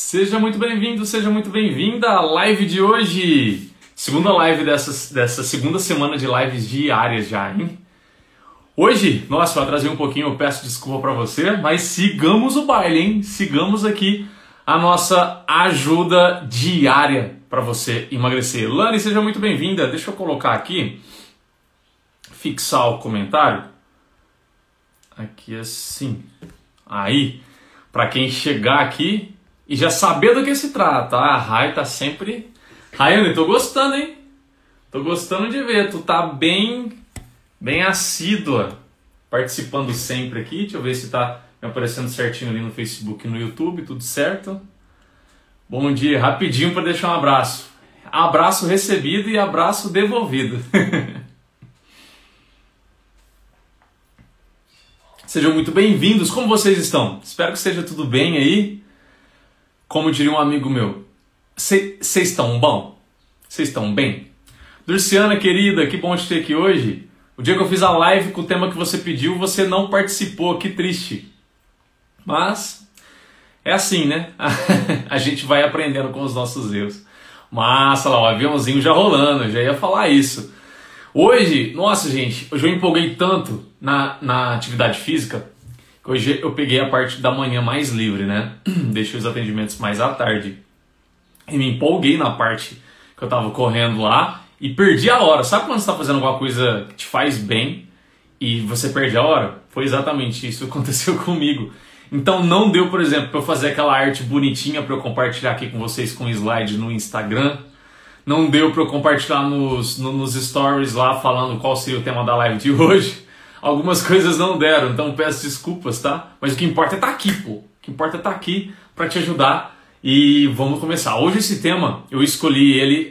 Seja muito bem-vindo, seja muito bem-vinda à live de hoje. Segunda live dessa segunda semana de lives diárias já, hein? Hoje, nossa, eu atrasei um pouquinho, eu peço desculpa pra você, mas sigamos o baile, hein? Sigamos aqui a nossa ajuda diária pra você emagrecer. Lani, seja muito bem-vinda. Deixa eu colocar aqui, fixar o comentário. Aqui assim. Aí, pra quem chegar aqui e já saber do que se trata. A Rai tá sempre... Raiane, tô gostando, hein? Tô gostando de ver. Tu tá bem assídua, participando sempre aqui. Deixa eu ver se tá me aparecendo certinho ali no Facebook e no YouTube. Tudo certo? Bom dia. Rapidinho para deixar um abraço. Abraço recebido e abraço devolvido. Sejam muito bem-vindos. Como vocês estão? Espero que esteja tudo bem aí. Como diria um amigo meu, vocês estão bom? Vocês estão bem? Durciana, querida, que bom te ter aqui hoje. O dia que eu fiz a live com o tema que você pediu, você não participou. Que triste. Mas é assim, né? A gente vai aprendendo com os nossos erros. Massa lá, o aviãozinho já rolando, já ia falar isso. Hoje, nossa gente, hoje eu empolguei tanto na atividade física, que hoje eu peguei a parte da manhã mais livre, né? Deixei os atendimentos mais à tarde. E me empolguei na parte que eu tava correndo lá e perdi a hora. Sabe quando você tá fazendo alguma coisa que te faz bem e você perde a hora? Foi exatamente isso que aconteceu comigo. Então não deu, por exemplo, para eu fazer aquela arte bonitinha para eu compartilhar aqui com vocês com slide no Instagram. Não deu para eu compartilhar nos stories lá falando qual seria o tema da live de hoje. Algumas coisas não deram, então peço desculpas, tá? Mas o que importa é estar aqui, pô. O que importa é estar aqui para te ajudar e vamos começar. Hoje esse tema, eu escolhi ele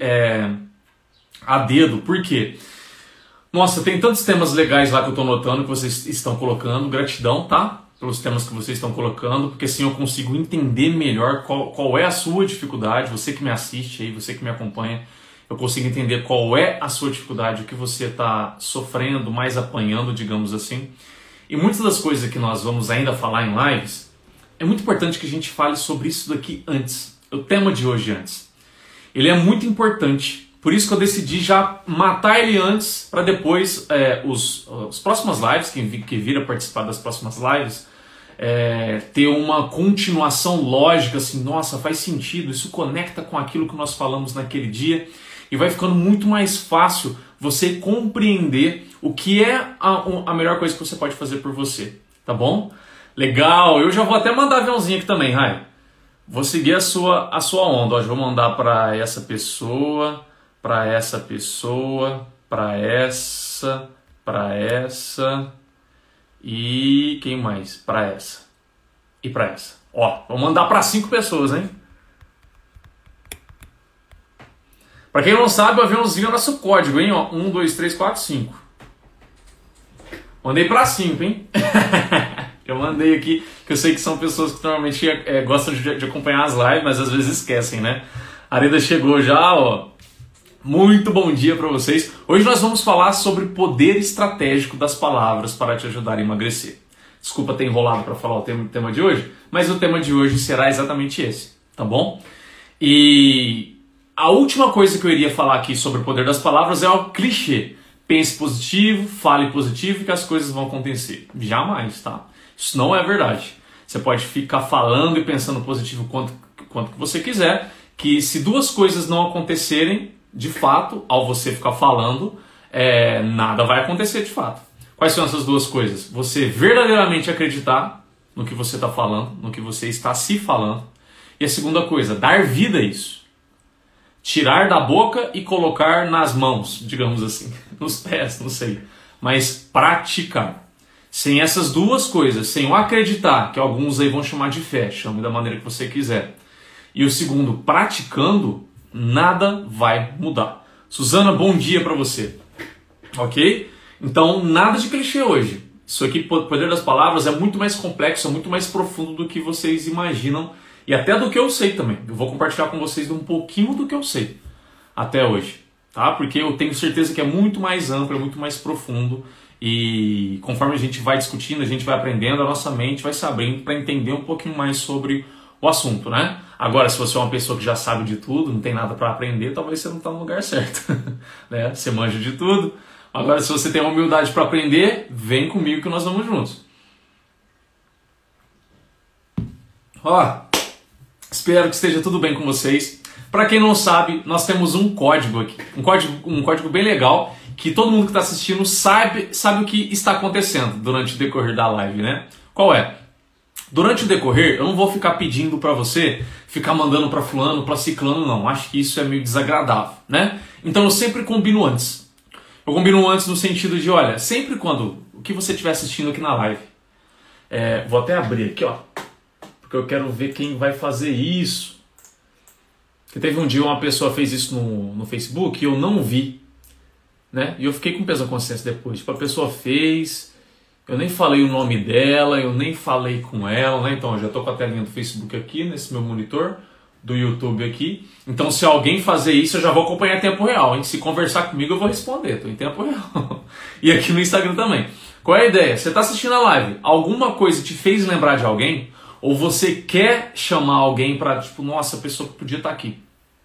a dedo, por quê? Nossa, tem tantos temas legais lá que eu tô notando que vocês estão colocando. Gratidão, tá? Pelos temas que vocês estão colocando, porque assim eu consigo entender melhor qual é a sua dificuldade, você que me assiste aí, você que me acompanha, eu consigo entender qual é a sua dificuldade, o que você está sofrendo, mais apanhando, digamos assim. E muitas das coisas que nós vamos ainda falar em lives, é muito importante que a gente fale sobre isso daqui antes, o tema de hoje antes. Ele é muito importante, por isso que eu decidi já matar ele antes, para depois os próximas lives, quem vir a participar das próximas lives, ter uma continuação lógica, assim, nossa, faz sentido, isso conecta com aquilo que nós falamos naquele dia, e vai ficando muito mais fácil você compreender o que é a melhor coisa que você pode fazer por você, tá bom? Legal, eu já vou até mandar aviãozinho aqui também, Rai. Vou seguir a sua onda, ó, já vou mandar para essa pessoa, para essa pessoa, para essa e quem mais? Para essa e para essa. Ó, vou mandar para 5 pessoas, hein? Para quem não sabe, o aviãozinho é nosso código, hein? Ó, 1, 2, 3, 4, 5. Mandei para 5, hein? Eu mandei aqui, que eu sei que são pessoas que normalmente gostam de acompanhar as lives, mas às vezes esquecem, né? A Areda chegou já, ó. Muito bom dia para vocês. Hoje nós vamos falar sobre poder estratégico das palavras para te ajudar a emagrecer. Desculpa ter enrolado para falar o tema de hoje, mas o tema de hoje será exatamente esse, tá bom? E a última coisa que eu iria falar aqui sobre o poder das palavras é o clichê. Pense positivo, fale positivo que as coisas vão acontecer. Jamais, tá? Isso não é verdade. Você pode ficar falando e pensando positivo quanto que você quiser, que se duas coisas não acontecerem, de fato, ao você ficar falando, nada vai acontecer de fato. Quais são essas duas coisas? Você verdadeiramente acreditar no que você está falando, no que você está se falando. E a segunda coisa, dar vida a isso. Tirar da boca e colocar nas mãos, digamos assim, nos pés, não sei. Mas praticar. Sem essas duas coisas, sem o acreditar, que alguns aí vão chamar de fé, chame da maneira que você quiser. E o segundo, praticando, nada vai mudar. Suzana, bom dia para você. Ok? Então, nada de clichê hoje. Isso aqui, poder das palavras, é muito mais complexo, é muito mais profundo do que vocês imaginam. E até do que eu sei também. Eu vou compartilhar com vocês um pouquinho do que eu sei até hoje. Tá? Porque eu tenho certeza que é muito mais amplo, é muito mais profundo. E conforme a gente vai discutindo, a gente vai aprendendo, a nossa mente vai se abrindo para entender um pouquinho mais sobre o assunto, né? Agora, se você é uma pessoa que já sabe de tudo, não tem nada para aprender, talvez você não está no lugar certo. Né? Você manja de tudo. Agora, se você tem a humildade para aprender, vem comigo que nós vamos juntos. Ó, espero que esteja tudo bem com vocês. Para quem não sabe, nós temos um código aqui, um código bem legal, que todo mundo que está assistindo sabe o que está acontecendo durante o decorrer da live, né? Qual é? Durante o decorrer, eu não vou ficar pedindo para você ficar mandando para fulano, para ciclano, não. Acho que isso é meio desagradável, né? Então eu sempre combino antes. Eu combino antes no sentido de, olha, sempre quando o que você estiver assistindo aqui na live, vou até abrir aqui, ó, porque eu quero ver quem vai fazer isso. Porque teve um dia uma pessoa fez isso no Facebook e eu não vi, né? E eu fiquei com peso na consciência depois. Tipo, a pessoa fez, eu nem falei o nome dela, eu nem falei com ela, né? Então eu já tô com a telinha do Facebook aqui, nesse meu monitor, do YouTube aqui. Então se alguém fazer isso, eu já vou acompanhar em tempo real, hein? Se conversar comigo, eu vou responder, tô em tempo real. E aqui no Instagram também. Qual é a ideia? Você tá assistindo a live, alguma coisa te fez lembrar de alguém? Ou você quer chamar alguém para, tipo, nossa, a pessoa que podia estar aqui.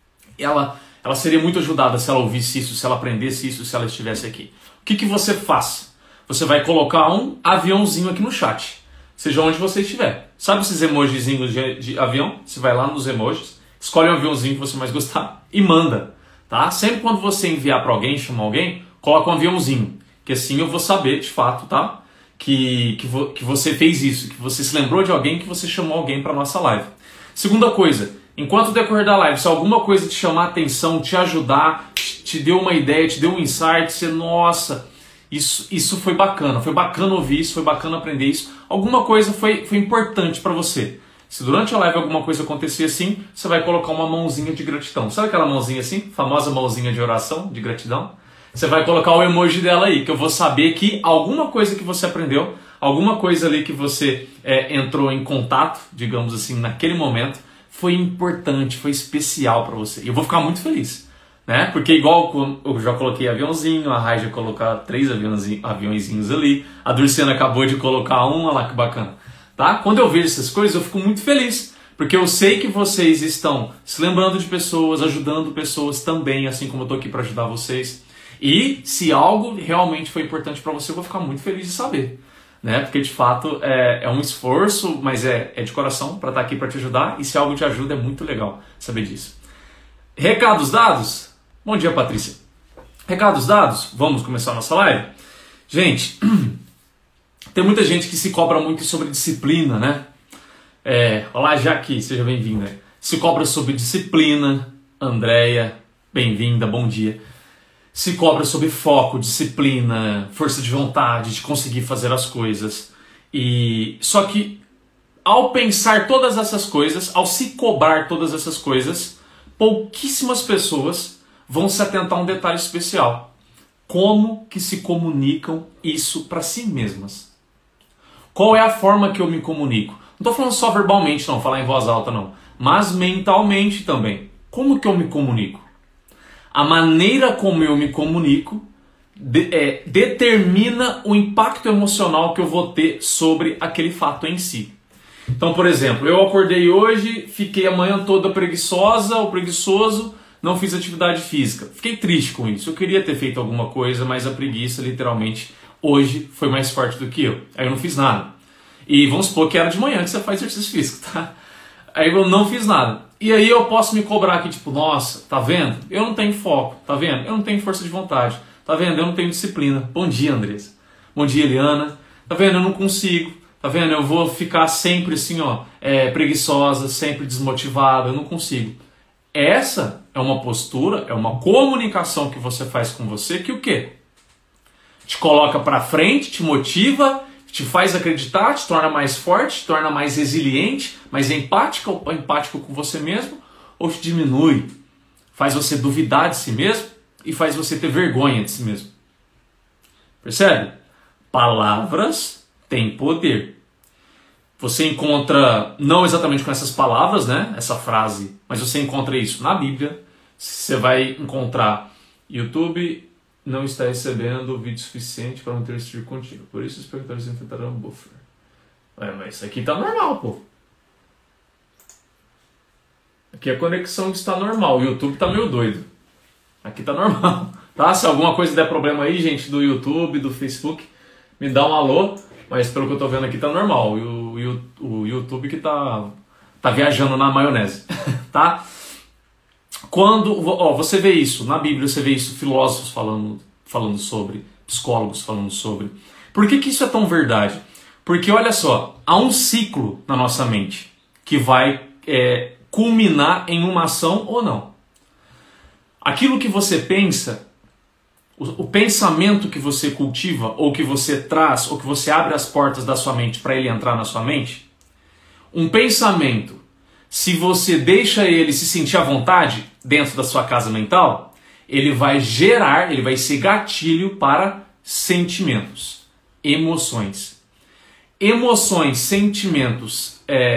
Ela seria muito ajudada se ela ouvisse isso, se ela aprendesse isso, se ela estivesse aqui. O que você faz? Você vai colocar um aviãozinho aqui no chat, seja onde você estiver. Sabe esses emojizinhos de avião? Você vai lá nos emojis, escolhe um aviãozinho que você mais gostar e manda. Tá? Sempre quando você enviar para alguém, chamar alguém, coloca um aviãozinho, que assim eu vou saber de fato, tá? Que você fez isso, que você se lembrou de alguém, que você chamou alguém para nossa live. Segunda coisa, enquanto decorrer da live, se alguma coisa te chamar a atenção, te ajudar, te deu uma ideia, te deu um insight, você, nossa, isso foi bacana ouvir isso, foi bacana aprender isso, alguma coisa foi importante para você. Se durante a live alguma coisa acontecer assim, você vai colocar uma mãozinha de gratidão. Sabe aquela mãozinha assim? Famosa mãozinha de oração, de gratidão? Você vai colocar o emoji dela aí, que eu vou saber que alguma coisa que você aprendeu, alguma coisa ali que você entrou em contato, digamos assim, naquele momento, foi importante, foi especial para você. E eu vou ficar muito feliz, né? Porque igual eu já coloquei aviãozinho, a Rai já colocou 3 aviãozinhos ali, a Durciana acabou de colocar um, olha lá que bacana. Tá? Quando eu vejo essas coisas, eu fico muito feliz, porque eu sei que vocês estão se lembrando de pessoas, ajudando pessoas também, assim como eu estou aqui para ajudar vocês. E se algo realmente foi importante para você, eu vou ficar muito feliz de saber, né? Porque de fato é um esforço, mas é de coração para estar aqui para te ajudar. E se algo te ajuda, é muito legal saber disso. Recados dados? Bom dia, Patrícia. Recados dados? Vamos começar a nossa live? Gente, tem muita gente que se cobra muito sobre disciplina, né? Olá, Jaque, seja bem-vinda. Se cobra sobre disciplina. Andréia, bem-vinda, bom dia. Se cobra sobre foco, disciplina, força de vontade, de conseguir fazer as coisas. Só que ao pensar todas essas coisas, ao se cobrar todas essas coisas, pouquíssimas pessoas vão se atentar a um detalhe especial. Como que se comunicam isso para si mesmas? Qual é a forma que eu me comunico? Não estou falando só verbalmente, não, falar em voz alta, não. Mas mentalmente também. Como que eu me comunico? A maneira como eu me comunico determina o impacto emocional que eu vou ter sobre aquele fato em si. Então, por exemplo, eu acordei hoje, fiquei a manhã toda preguiçosa ou preguiçoso, não fiz atividade física. Fiquei triste com isso. Eu queria ter feito alguma coisa, mas a preguiça, literalmente, hoje foi mais forte do que eu. Aí eu não fiz nada. E vamos supor que era de manhã que você faz exercício físico, tá? Aí eu não fiz nada. E aí eu posso me cobrar aqui, tipo, nossa, tá vendo? Eu não tenho foco, tá vendo? Eu não tenho força de vontade, tá vendo? Eu não tenho disciplina. Bom dia, Andressa. Bom dia, Eliana. Tá vendo? Eu não consigo. Tá vendo? Eu vou ficar sempre assim, ó, preguiçosa, sempre desmotivada, eu não consigo. Essa é uma postura, é uma comunicação que você faz com você que o quê? Te coloca pra frente, te motiva, te faz acreditar, te torna mais forte, te torna mais resiliente, mais empático com você mesmo, ou te diminui, faz você duvidar de si mesmo e faz você ter vergonha de si mesmo. Percebe? Palavras têm poder. Você encontra, não exatamente com essas palavras, né, essa frase, mas você encontra isso na Bíblia. Você vai encontrar: YouTube não está recebendo vídeo suficiente para manter esse tipo contínuo. Por isso os espectadores enfrentaram um buffer. Mas isso aqui tá normal, pô. Aqui a conexão está normal. O YouTube tá meio doido. Aqui tá normal. Tá? Se alguma coisa der problema aí, gente, do YouTube, do Facebook, me dá um alô. Mas pelo que eu tô vendo aqui tá normal. O YouTube que tá viajando na maionese. Tá? Quando você vê isso na Bíblia, você vê isso filósofos falando sobre, psicólogos falando sobre. Por que isso é tão verdade? Porque olha só, há um ciclo na nossa mente que vai culminar em uma ação ou não. Aquilo que você pensa, o pensamento que você cultiva, ou que você traz, ou que você abre as portas da sua mente para ele entrar na sua mente, um pensamento, se você deixa ele se sentir à vontade dentro da sua casa mental, ele vai ser gatilho para sentimentos, emoções. Emoções, sentimentos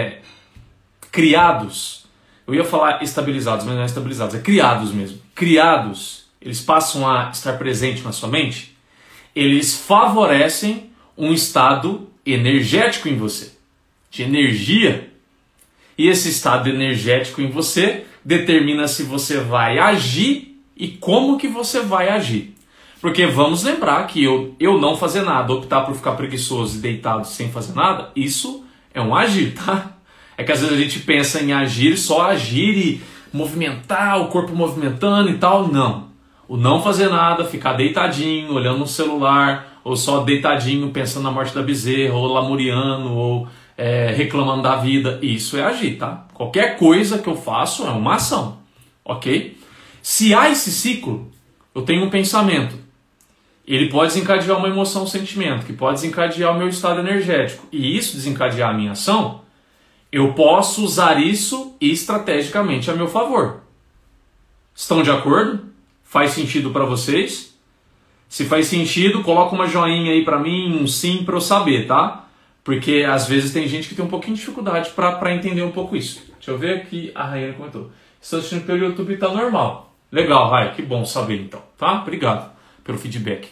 criados, eu ia falar estabilizados, mas não é estabilizados, é criados mesmo. Criados, eles passam a estar presentes na sua mente, eles favorecem um estado energético em você, de energia. E esse estado energético em você determina se você vai agir e como que você vai agir. Porque vamos lembrar que eu não fazer nada, optar por ficar preguiçoso e deitado sem fazer nada, isso é um agir, tá? É que às vezes a gente pensa em agir, só agir e movimentar, o corpo movimentando e tal. Não. O não fazer nada, ficar deitadinho, olhando no celular, ou só deitadinho pensando na morte da bezerra, ou lamuriando, ou reclamando da vida, isso é agir, tá? Qualquer coisa que eu faço é uma ação, ok? Se há esse ciclo, eu tenho um pensamento. Ele pode desencadear uma emoção, um sentimento, que pode desencadear o meu estado energético. E isso desencadear a minha ação, eu posso usar isso estrategicamente a meu favor. Estão de acordo? Faz sentido para vocês? Se faz sentido, coloca uma joinha aí para mim, um sim para eu saber, tá? Porque às vezes tem gente que tem um pouquinho de dificuldade para entender um pouco isso. Deixa eu ver aqui, a Raiane comentou. Estou assistindo pelo YouTube e tá normal. Legal, Rai, que bom saber então, tá? Obrigado pelo feedback.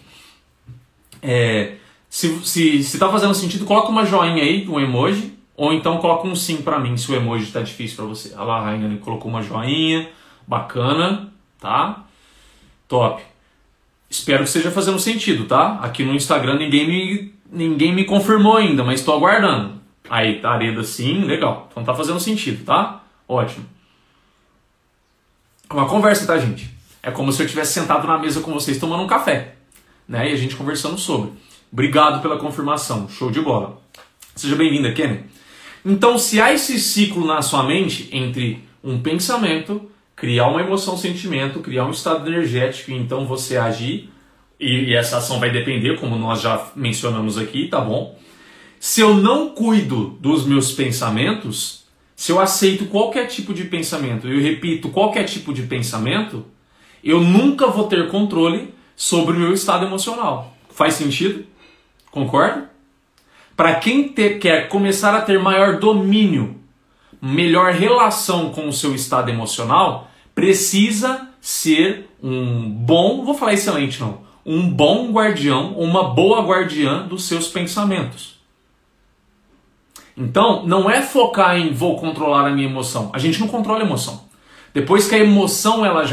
Se tá fazendo sentido, coloca uma joinha aí, um emoji, ou então coloca um sim pra mim, se o emoji tá difícil pra você. Olha lá, a Rainha colocou uma joinha, bacana, tá? Top. Espero que esteja fazendo sentido, tá? Aqui no Instagram ninguém me confirmou ainda, mas estou aguardando. Aí, tá, Areda, sim, legal. Então tá fazendo sentido, tá? Ótimo. É uma conversa, tá, gente? É como se eu estivesse sentado na mesa com vocês tomando um café, né? E a gente conversando sobre. Obrigado pela confirmação. Show de bola. Seja bem-vinda, Kenny. Então, se há esse ciclo na sua mente entre um pensamento, criar uma emoção, um sentimento, criar um estado energético e então você agir, e essa ação vai depender, como nós já mencionamos aqui, tá bom? Se eu não cuido dos meus pensamentos, se eu aceito qualquer tipo de pensamento, eu repito qualquer tipo de pensamento, eu nunca vou ter controle sobre o meu estado emocional. Faz sentido? Concorda? Para quem quer começar a ter maior domínio, melhor relação com o seu estado emocional, precisa ser um bom, vou falar excelente não, um bom guardião, uma boa guardiã dos seus pensamentos. Então, não é focar em vou controlar a minha emoção. A gente não controla a emoção. Depois que a emoção a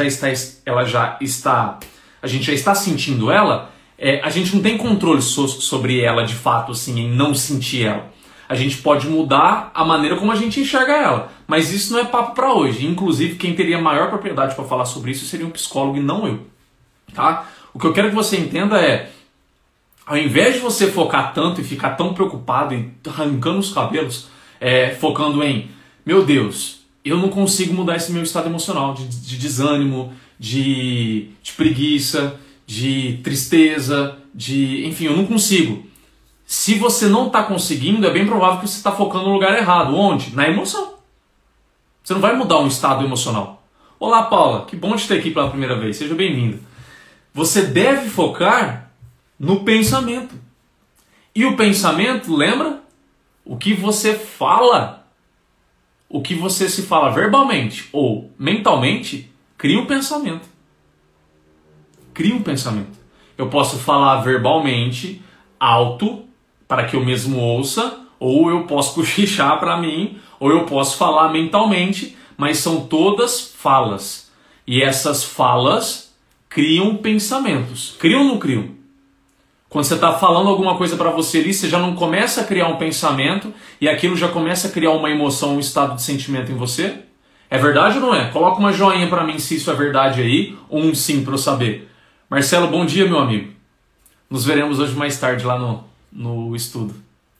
gente já está sentindo ela, a gente não tem controle sobre ela de fato, assim, em não sentir ela. A gente pode mudar a maneira como a gente enxerga ela, mas isso não é papo para hoje. Inclusive, quem teria maior propriedade para falar sobre isso seria um psicólogo e não eu. Tá? O que eu quero que você entenda é, ao invés de você focar tanto e ficar tão preocupado e arrancando os cabelos, focando em, meu Deus, eu não consigo mudar esse meu estado emocional de desânimo, de preguiça, de tristeza, enfim, eu não consigo. Se você não está conseguindo, é bem provável que você está focando no lugar errado. Onde? Na emoção. Você não vai mudar um estado emocional. Olá, Paula, que bom te ter aqui pela primeira vez, seja bem-vinda. Você deve focar no pensamento. E o pensamento, lembra? O que você fala, o que você se fala verbalmente ou mentalmente, cria um pensamento. Cria um pensamento. Eu posso falar verbalmente, alto, para que eu mesmo ouça, ou eu posso cochichar para mim, ou eu posso falar mentalmente, mas são todas falas. E essas falas criam pensamentos. Criam ou não criam? Quando você está falando alguma coisa para você ali, você já não começa a criar um pensamento e aquilo já começa a criar uma emoção, um estado de sentimento em você? É verdade ou não é? Coloca uma joinha para mim se isso é verdade aí, ou um sim para eu saber. Marcelo, bom dia, meu amigo. Nos veremos hoje mais tarde lá no estudo.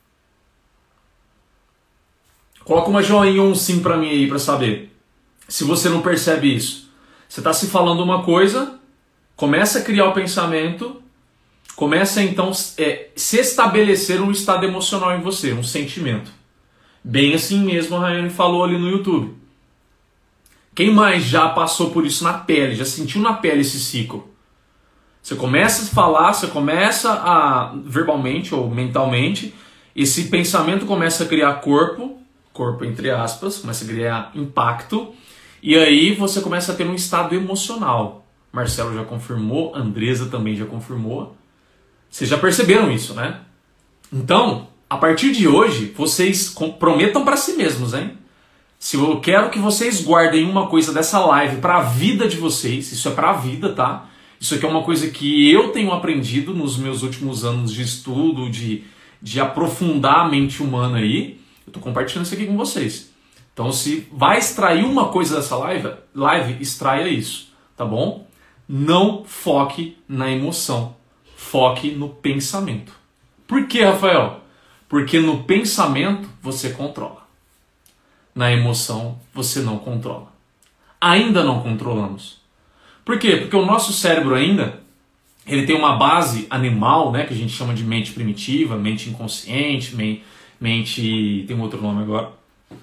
Coloca uma joinha ou um sim para mim aí para saber. Se você não percebe isso. Você está se falando uma coisa, começa a criar o pensamento, começa então se estabelecer um estado emocional em você, um sentimento. Bem assim mesmo a Rayane falou ali no YouTube. Quem mais já passou por isso na pele, já sentiu na pele esse ciclo? Você começa a falar, você começa a, verbalmente ou mentalmente, esse pensamento começa a criar corpo entre aspas, começa a criar impacto, e aí você começa a ter um estado emocional. Marcelo já confirmou, Andresa também já confirmou. Vocês já perceberam isso, né? Então, a partir de hoje, vocês prometam para si mesmos, hein? Se eu quero que vocês guardem uma coisa dessa live para a vida de vocês, isso é para a vida, tá? Isso aqui é uma coisa que eu tenho aprendido nos meus últimos anos de estudo, de aprofundar a mente humana aí. Eu tô compartilhando isso aqui com vocês. Então, se vai extrair uma coisa dessa live, extraia isso, tá bom? Não foque na emoção, foque no pensamento. Por que, Rafael? Porque no pensamento você controla. Na emoção você não controla. Ainda não controlamos. Por quê? Porque o nosso cérebro ainda, ele tem uma base animal, né, que a gente chama de mente primitiva, mente inconsciente, mente... tem um outro nome agora.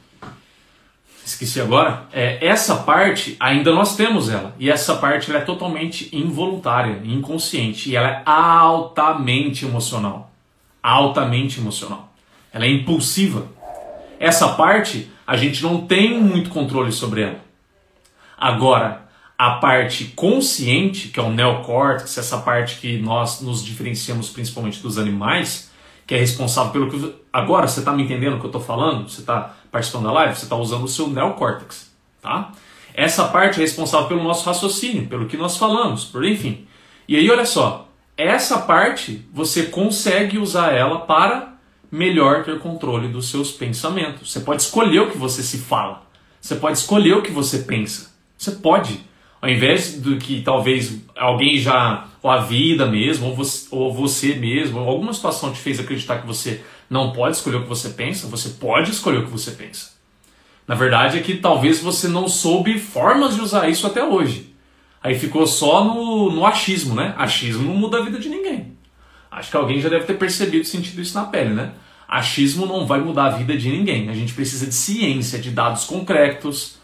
Esqueci agora. Essa parte, ainda nós temos ela. E essa parte ela é totalmente involuntária, inconsciente. E ela é altamente emocional. Altamente emocional. Ela é impulsiva. Essa parte, a gente não tem muito controle sobre ela. Agora, a parte consciente, que é o neocórtex, essa parte que nós nos diferenciamos principalmente dos animais, que é responsável pelo que... Agora, você está me entendendo o que eu estou falando? Você está participando da live? Você está usando o seu neocórtex, tá? Essa parte é responsável pelo nosso raciocínio, pelo que nós falamos, enfim. E aí, olha só, essa parte, você consegue usar ela para melhor ter controle dos seus pensamentos. Você pode escolher o que você se fala. Você pode escolher o que você pensa. Você pode. Ao invés do que talvez alguém já, ou a vida mesmo, ou você mesmo, ou alguma situação te fez acreditar que você não pode escolher o que você pensa, você pode escolher o que você pensa. Na verdade é que talvez você não soube formas de usar isso até hoje. Aí ficou só no achismo, né? Achismo não muda a vida de ninguém. Acho que alguém já deve ter percebido e sentido isso na pele, né? Achismo não vai mudar a vida de ninguém. A gente precisa de ciência, de dados concretos,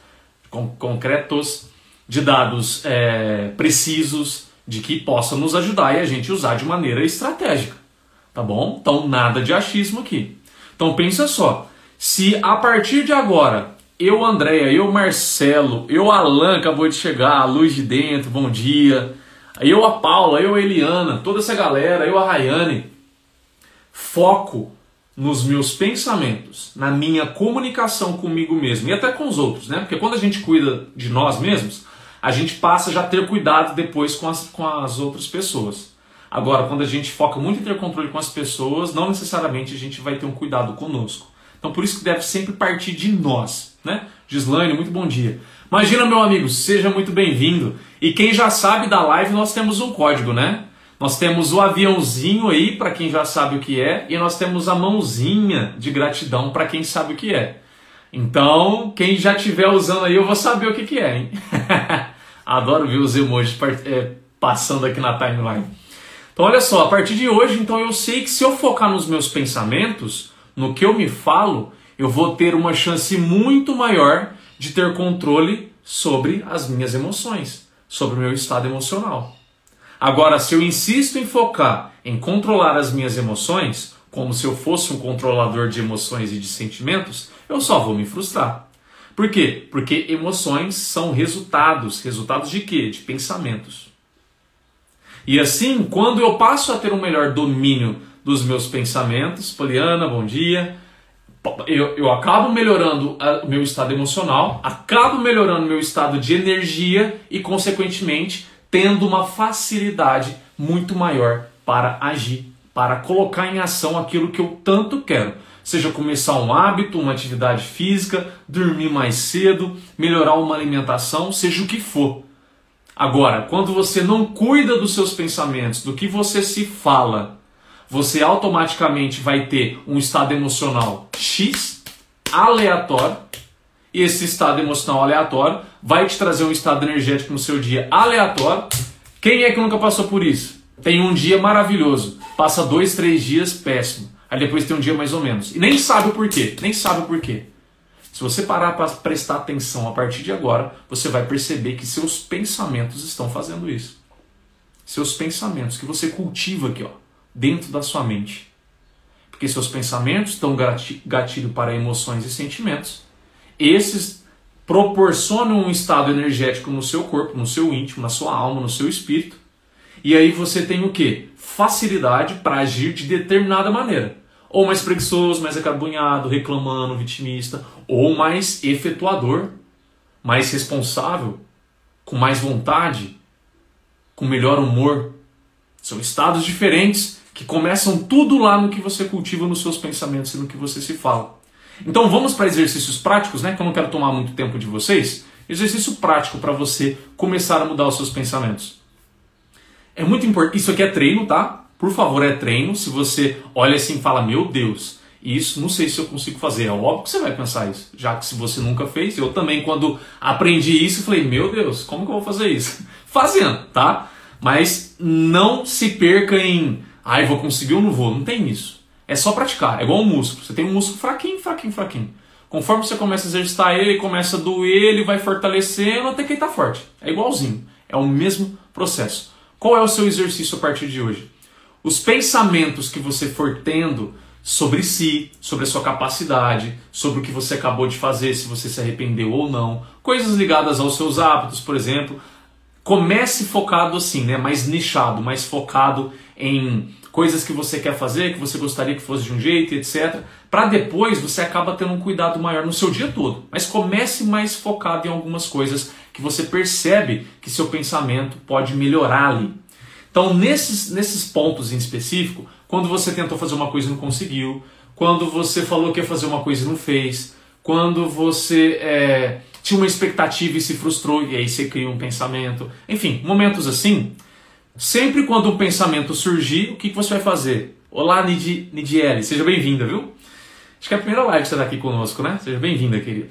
de dados precisos, de que possam nos ajudar e a gente usar de maneira estratégica, tá bom? Então nada de achismo aqui. Então pensa só, se a partir de agora, eu Andréia, eu Marcelo, eu Alan, acabou de chegar, a Luz de Dentro, bom dia, eu a Paula, eu a Eliana, toda essa galera, eu a Rayane, foco nos meus pensamentos, na minha comunicação comigo mesmo e até com os outros, né? Porque quando a gente cuida de nós mesmos, a gente passa já a ter cuidado depois com as outras pessoas. Agora, quando a gente foca muito em ter controle com as pessoas, não necessariamente a gente vai ter um cuidado conosco. Então, por isso que deve sempre partir de nós, né? Gislaine, muito bom dia. Imagina, meu amigo, seja muito bem-vindo. E quem já sabe da live, nós temos um código, né? Nós temos o aviãozinho aí, para quem já sabe o que é, e nós temos a mãozinha de gratidão para quem sabe o que é. Então, quem já estiver usando aí, eu vou saber o que é, hein? Adoro ver os emojis passando aqui na timeline. Então, olha só, a partir de hoje, então eu sei que se eu focar nos meus pensamentos, no que eu me falo, eu vou ter uma chance muito maior de ter controle sobre as minhas emoções, sobre o meu estado emocional. Agora, se eu insisto em focar em controlar as minhas emoções, como se eu fosse um controlador de emoções e de sentimentos, eu só vou me frustrar. Por quê? Porque emoções são resultados. Resultados de quê? De pensamentos. E assim, quando eu passo a ter um melhor domínio dos meus pensamentos, Poliana, bom dia, Eu acabo melhorando o meu estado emocional, acabo melhorando o meu estado de energia e, consequentemente, tendo uma facilidade muito maior para agir, para colocar em ação aquilo que eu tanto quero. Seja começar um hábito, uma atividade física, dormir mais cedo, melhorar uma alimentação, seja o que for. Agora, quando você não cuida dos seus pensamentos, do que você se fala, você automaticamente vai ter um estado emocional X, aleatório, e esse estado emocional aleatório vai te trazer um estado energético no seu dia aleatório. Quem é que nunca passou por isso? Tem um dia maravilhoso, passa 2, 3 dias péssimo, aí depois tem um dia mais ou menos, e nem sabe o porquê, Se você parar para prestar atenção a partir de agora, você vai perceber que seus pensamentos estão fazendo isso. Seus pensamentos que você cultiva aqui, ó, dentro da sua mente. Porque seus pensamentos estão gatilho para emoções e sentimentos. Esses proporcionam um estado energético no seu corpo, no seu íntimo, na sua alma, no seu espírito. E aí você tem o quê? Facilidade para agir de determinada maneira. Ou mais preguiçoso, mais acarbunhado, reclamando, vitimista. Ou mais efetuador, mais responsável, com mais vontade, com melhor humor. São estados diferentes que começam tudo lá no que você cultiva nos seus pensamentos e no que você se fala. Então vamos para exercícios práticos, né? Que eu não quero tomar muito tempo de vocês. Exercício prático para você começar a mudar os seus pensamentos. É muito importante. Isso aqui é treino, tá? Por favor, é treino. Se você olha assim e fala, meu Deus, isso não sei se eu consigo fazer. É óbvio que você vai pensar isso. Já que se você nunca fez, eu também quando aprendi isso, falei, meu Deus, como que eu vou fazer isso? Fazendo, tá? Mas não se perca em, vou conseguir ou não vou. Não tem isso. É só praticar. É igual um músculo. Você tem um músculo fraquinho. Conforme você começa a exercitar ele, começa a doer, ele vai fortalecendo até que ele tá forte. É igualzinho. É o mesmo processo. Qual é o seu exercício a partir de hoje? Os pensamentos que você for tendo sobre si, sobre a sua capacidade, sobre o que você acabou de fazer, se você se arrependeu ou não, coisas ligadas aos seus hábitos, por exemplo. Comece focado assim, né? Mais nichado, mais focado em coisas que você quer fazer, que você gostaria que fosse de um jeito, etc. Para depois você acaba tendo um cuidado maior no seu dia todo. Mas comece mais focado em algumas coisas que você percebe que seu pensamento pode melhorar ali. Então, nesses pontos em específico, quando você tentou fazer uma coisa e não conseguiu, quando você falou que ia fazer uma coisa e não fez, quando você tinha uma expectativa e se frustrou, e aí você cria um pensamento. Enfim, momentos assim, sempre quando um pensamento surgir, o que você vai fazer? Olá, Nidiele, seja bem-vinda, viu? Acho que é a primeira live que você está aqui conosco, né? Seja bem-vinda, querida.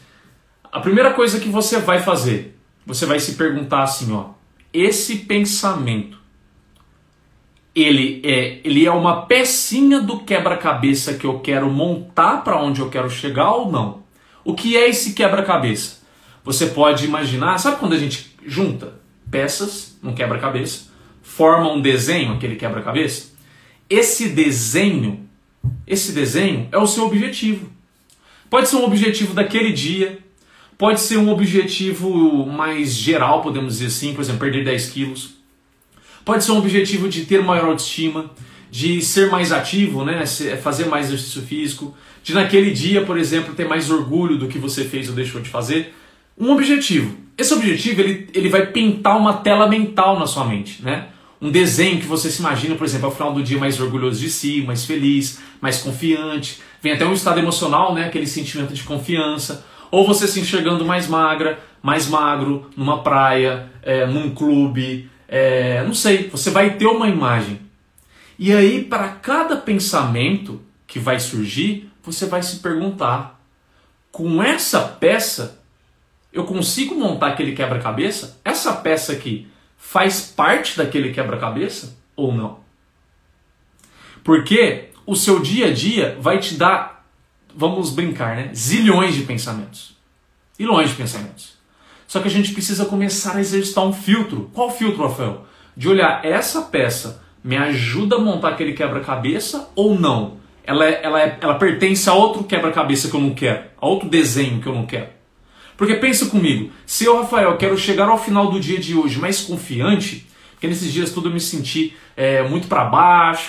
A primeira coisa que você vai fazer, você vai se perguntar assim, ó, esse pensamento, ele é uma pecinha do quebra-cabeça que eu quero montar para onde eu quero chegar ou não? O que é esse quebra-cabeça? Você pode imaginar, sabe quando a gente junta peças num quebra-cabeça, forma um desenho, aquele quebra-cabeça? Esse desenho é o seu objetivo. Pode ser um objetivo daquele dia, pode ser um objetivo mais geral, podemos dizer assim, por exemplo, perder 10 quilos. Pode ser um objetivo de ter maior autoestima, de ser mais ativo, né? Fazer mais exercício físico, de naquele dia, por exemplo, ter mais orgulho do que você fez ou deixou de fazer. Um objetivo. Esse objetivo ele vai pintar uma tela mental na sua mente, né? Um desenho que você se imagina, por exemplo, ao final do dia mais orgulhoso de si, mais feliz, mais confiante. Vem até um estado emocional, né? Aquele sentimento de confiança. Ou você se enxergando mais magra, mais magro, numa praia, num clube, não sei. Você vai ter uma imagem. E aí, para cada pensamento que vai surgir, você vai se perguntar, com essa peça, eu consigo montar aquele quebra-cabeça? Essa peça aqui faz parte daquele quebra-cabeça ou não? Porque o seu dia a dia vai te dar, vamos brincar, né? Zilhões de pensamentos. Zilhões de pensamentos. Só que a gente precisa começar a exercitar um filtro. Qual filtro, Rafael? De olhar, essa peça me ajuda a montar aquele quebra-cabeça ou não? Ela pertence a outro quebra-cabeça que eu não quero, a outro desenho que eu não quero. Porque pensa comigo, se eu, Rafael, quero chegar ao final do dia de hoje mais confiante, porque nesses dias tudo eu me senti muito para baixo,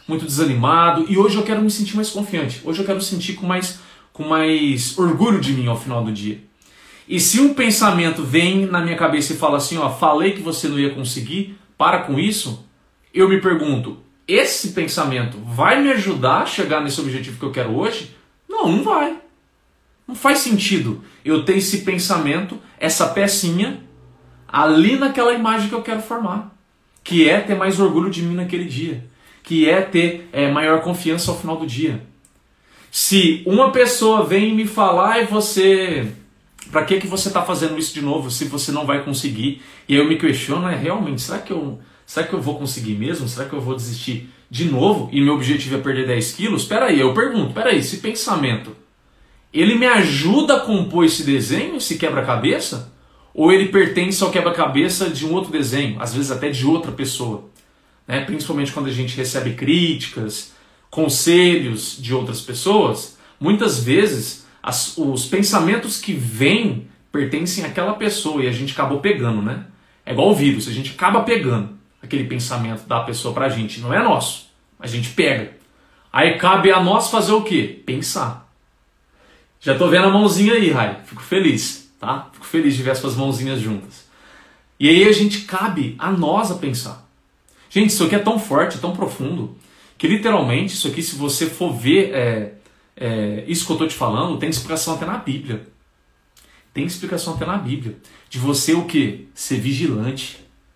muito desanimado, e hoje eu quero me sentir mais confiante. Hoje eu quero sentir com mais orgulho de mim ao final do dia. E se um pensamento vem na minha cabeça e fala assim, ó, falei que você não ia conseguir, para com isso, eu me pergunto, esse pensamento vai me ajudar a chegar nesse objetivo que eu quero hoje? Não, não vai. Não faz sentido eu ter esse pensamento, essa pecinha, ali naquela imagem que eu quero formar. Que é ter mais orgulho de mim naquele dia. Que é ter maior confiança ao final do dia. Se uma pessoa vem me falar e você... Pra que você está fazendo isso de novo se você não vai conseguir? E aí eu me questiono, realmente, será que eu vou conseguir mesmo? Será que eu vou desistir de novo? E meu objetivo é perder 10 quilos? Peraí, eu pergunto, esse pensamento, ele me ajuda a compor esse desenho, esse quebra-cabeça? Ou ele pertence ao quebra-cabeça de um outro desenho? Às vezes até de outra pessoa. Né? Principalmente quando a gente recebe críticas, conselhos de outras pessoas, muitas vezes... os pensamentos que vêm pertencem àquela pessoa e a gente acabou pegando, né? É igual o vírus, a gente acaba pegando aquele pensamento da pessoa pra gente. Não é nosso, a gente pega. Aí cabe a nós fazer o quê? Pensar. Já tô vendo a mãozinha aí, Rai. Fico feliz, tá? Fico feliz de ver as suas mãozinhas juntas. E aí cabe a nós a pensar. Gente, isso aqui é tão forte, tão profundo, que literalmente isso aqui, se você for ver... isso que eu estou te falando tem explicação até na Bíblia. Tem explicação até na Bíblia. De você o quê? Ser vigilante.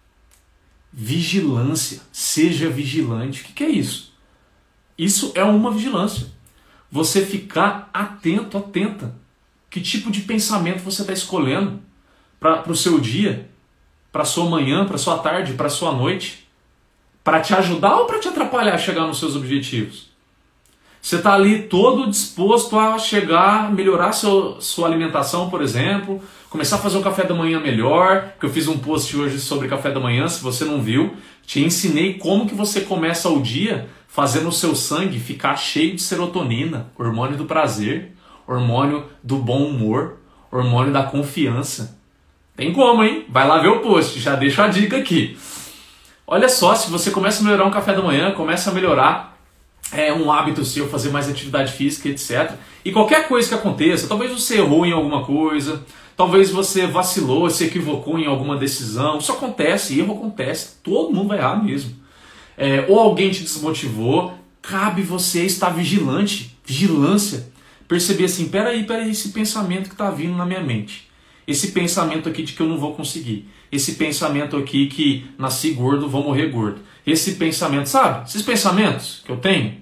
Vigilância. Seja vigilante. O que é isso? Isso é uma vigilância. Você ficar atento, atenta. Que tipo de pensamento você está escolhendo para o seu dia, para a sua manhã, para a sua tarde, para a sua noite? Para te ajudar ou para te atrapalhar a chegar nos seus objetivos? Você está ali todo disposto a chegar, melhorar sua alimentação, por exemplo, começar a fazer um café da manhã melhor, que eu fiz um post hoje sobre café da manhã, se você não viu, te ensinei como que você começa o dia fazendo o seu sangue ficar cheio de serotonina, hormônio do prazer, hormônio do bom humor, hormônio da confiança. Tem como, hein? Vai lá ver o post, já deixo a dica aqui. Olha só, se você começa a melhorar um café da manhã, começa a melhorar um hábito seu, fazer mais atividade física, etc. E qualquer coisa que aconteça, talvez você errou em alguma coisa, talvez você vacilou, se equivocou em alguma decisão, isso acontece, erro acontece, todo mundo vai errar mesmo. Ou alguém te desmotivou, cabe você estar vigilante, vigilância, perceber assim, peraí, esse pensamento que está vindo na minha mente, esse pensamento aqui de que eu não vou conseguir, esse pensamento aqui que nasci gordo, vou morrer gordo, esse pensamento, sabe? Esses pensamentos que eu tenho,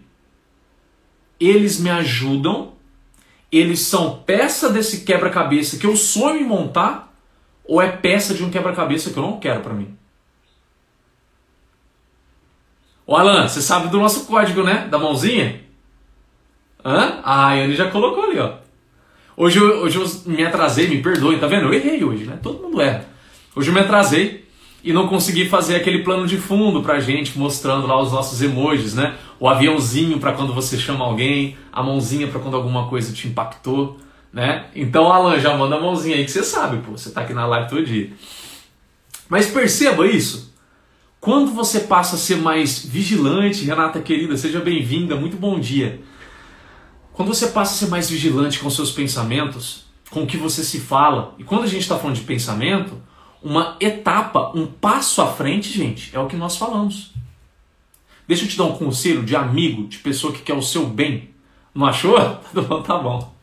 eles me ajudam, eles são peça desse quebra-cabeça que eu sonho em montar, ou é peça de um quebra-cabeça que eu não quero pra mim? Ô Alan, você sabe do nosso código, né? Da mãozinha? Hã? Ah, a Anne já colocou ali, ó. Hoje eu me atrasei, me perdoem, tá vendo? Eu errei hoje, né? Todo mundo erra. Hoje eu me atrasei e não consegui fazer aquele plano de fundo pra gente, mostrando lá os nossos emojis, né? O aviãozinho pra quando você chama alguém, a mãozinha pra quando alguma coisa te impactou, né? Então, Alan, já manda a mãozinha aí que você sabe, pô. Você tá aqui na live todo dia. Mas perceba isso. Quando você passa a ser mais vigilante, Renata querida, seja bem-vinda, muito bom dia. Quando você passa a ser mais vigilante com seus pensamentos, com o que você se fala, e quando a gente está falando de pensamento, uma etapa, um passo à frente, gente, é o que nós falamos. Deixa eu te dar um conselho de amigo, de pessoa que quer o seu bem. Não achou? Tá bom.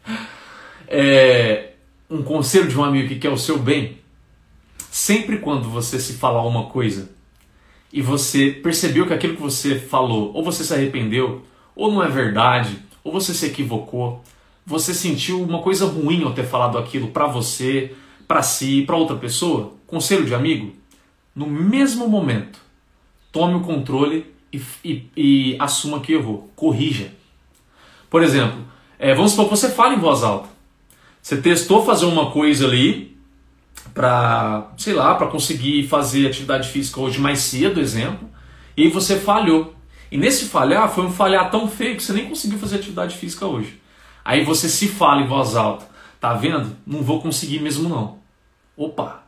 Um conselho de um amigo que quer o seu bem. Sempre quando você se falar uma coisa e você percebeu que aquilo que você falou, ou você se arrependeu, ou não é verdade, ou você se equivocou, você sentiu uma coisa ruim ao ter falado aquilo pra você, pra si, pra outra pessoa, conselho de amigo, no mesmo momento, tome o controle e assuma que errou, corrija. Por exemplo, vamos supor que você fala em voz alta. Você testou fazer uma coisa ali pra, sei lá, pra conseguir fazer atividade física hoje mais cedo, exemplo, e aí você falhou. E nesse falhar, foi um falhar tão feio que você nem conseguiu fazer atividade física hoje. Aí você se fala em voz alta. Tá vendo? Não vou conseguir mesmo não. Opa!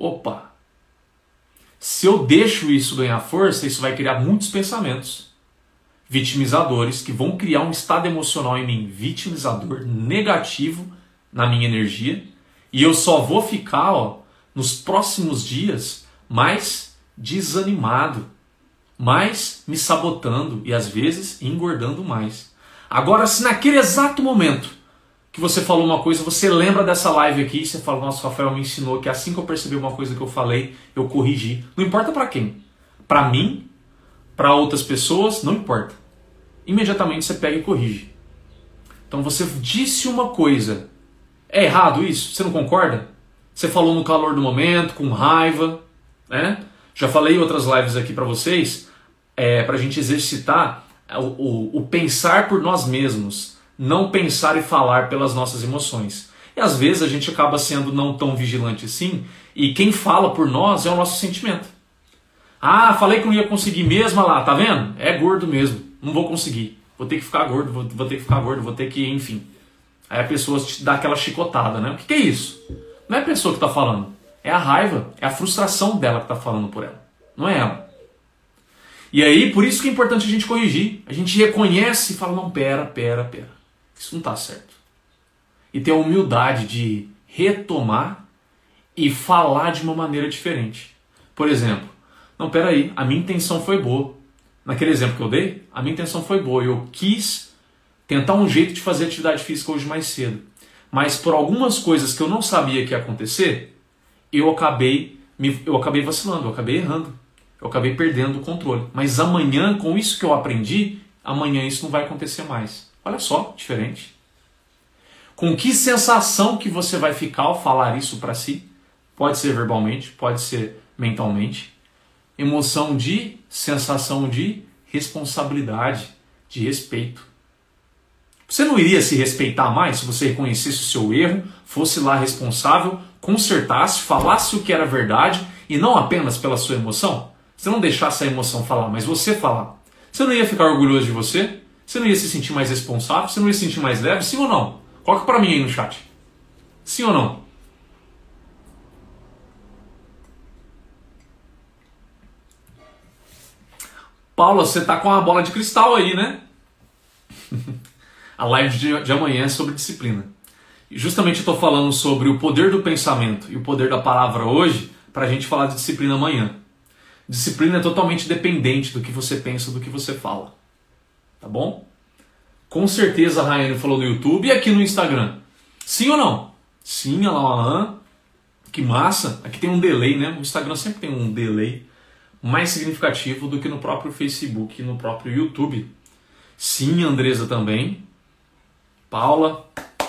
Se eu deixo isso ganhar força, isso vai criar muitos pensamentos. vitimizadores que vão criar um estado emocional em mim vitimizador, negativo na minha energia, e eu só vou ficar, nos próximos dias mais desanimado, mais me sabotando e às vezes engordando mais. Agora, se naquele exato momento que você falou uma coisa, você lembra dessa live aqui e você fala, nossa, o Rafael me ensinou que assim que eu percebi uma coisa que eu falei, eu corrigi. Não importa para quem. Para mim, para outras pessoas, não importa. Imediatamente você pega e corrige. Então você disse uma coisa. É errado isso? Você não concorda? Você falou no calor do momento, com raiva, né? Já falei em outras lives aqui para vocês, para a gente exercitar o pensar por nós mesmos, não pensar e falar pelas nossas emoções. E às vezes a gente acaba sendo não tão vigilante assim, e quem fala por nós é o nosso sentimento. Ah, falei que não ia conseguir mesmo, olha lá, tá vendo? É gordo mesmo, não vou conseguir. Vou ter que ficar gordo, vou ter que ficar gordo, vou ter que, enfim. Aí a pessoa te dá aquela chicotada, né? O que é isso? Não é a pessoa que está falando, é a raiva, é a frustração dela que está falando por ela, não é ela. E aí, por isso que é importante a gente corrigir. A gente reconhece e fala, não, pera, isso não está certo. E ter a humildade de retomar e falar de uma maneira diferente. Por exemplo, não, peraí, a minha intenção foi boa. Naquele exemplo que eu dei, a minha intenção foi boa. Eu quis tentar um jeito de fazer atividade física hoje mais cedo. Mas por algumas coisas que eu não sabia que ia acontecer, eu acabei vacilando, eu acabei errando. Eu acabei perdendo o controle. Mas amanhã, com isso que eu aprendi, amanhã isso não vai acontecer mais. Olha só, diferente. Com que sensação que você vai ficar ao falar isso para si? Pode ser verbalmente, pode ser mentalmente. Emoção de, sensação de responsabilidade, de respeito. Você não iria se respeitar mais se você reconhecesse o seu erro, fosse lá responsável, consertasse, falasse o que era verdade e não apenas pela sua emoção? Você não deixasse a emoção falar, mas você falar. Você não ia ficar orgulhoso de você? Você não ia se sentir mais responsável? Você não ia se sentir mais leve? Sim ou não? Coloca para mim aí no chat. Sim ou não? Paula, você tá com uma bola de cristal aí, né? A live de amanhã é sobre disciplina. E justamente eu estou falando sobre o poder do pensamento e o poder da palavra hoje para a gente falar de disciplina amanhã. Disciplina é totalmente dependente do que você pensa, do que você fala. Tá bom? Com certeza a Raiane falou no YouTube e aqui no Instagram. Sim ou não? Sim, olha lá, que massa. Aqui tem um delay, né? O Instagram sempre tem um delay mais significativo do que no próprio Facebook e no próprio YouTube. Sim, Andresa também. Paula.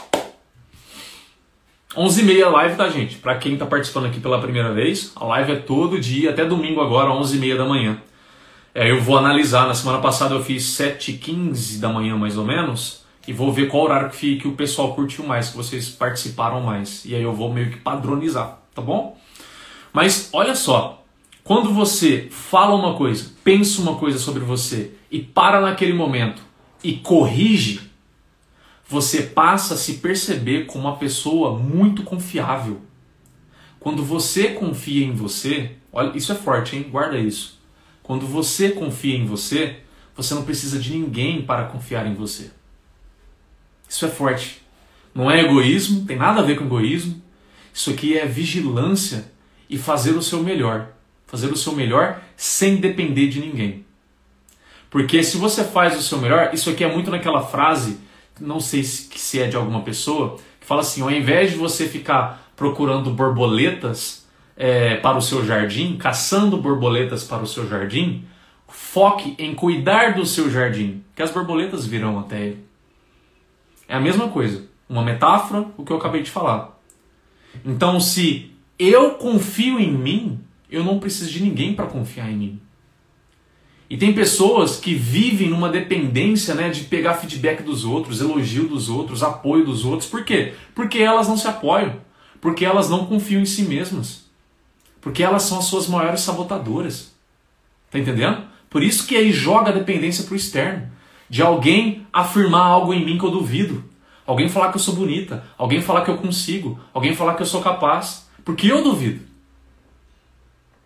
11h30 a live, tá, gente? Pra quem tá participando aqui pela primeira vez, a live é todo dia, até domingo agora, 11h30 da manhã. Eu vou analisar, na semana passada eu fiz 7h15 da manhã, mais ou menos, e vou ver qual horário que o pessoal curtiu mais, que vocês participaram mais. E aí eu vou meio que padronizar, tá bom? Mas olha só, quando você fala uma coisa, pensa uma coisa sobre você, e para naquele momento, e corrige, você passa a se perceber como uma pessoa muito confiável. Quando você confia em você, olha, isso é forte, hein? Guarda isso. Quando você confia em você, você não precisa de ninguém para confiar em você. Isso é forte. Não é egoísmo, tem nada a ver com egoísmo. Isso aqui é vigilância e fazer o seu melhor. Fazer o seu melhor sem depender de ninguém. Porque se você faz o seu melhor, isso aqui é muito naquela frase, não sei se é de alguma pessoa, que fala assim, ao invés de você ficar procurando borboletas para o seu jardim, caçando borboletas para o seu jardim, foque em cuidar do seu jardim, que as borboletas virão até ele. É a mesma coisa, uma metáfora, o que eu acabei de falar. Então, se eu confio em mim, eu não preciso de ninguém para confiar em mim. E tem pessoas que vivem numa dependência, né, de pegar feedback dos outros, elogio dos outros, apoio dos outros. Por quê? Porque elas não se apoiam. Porque elas não confiam em si mesmas. Porque elas são as suas maiores sabotadoras. Tá entendendo? Por isso que aí joga a dependência pro externo. De alguém afirmar algo em mim que eu duvido. Alguém falar que eu sou bonita. Alguém falar que eu consigo. Alguém falar que eu sou capaz. Porque eu duvido.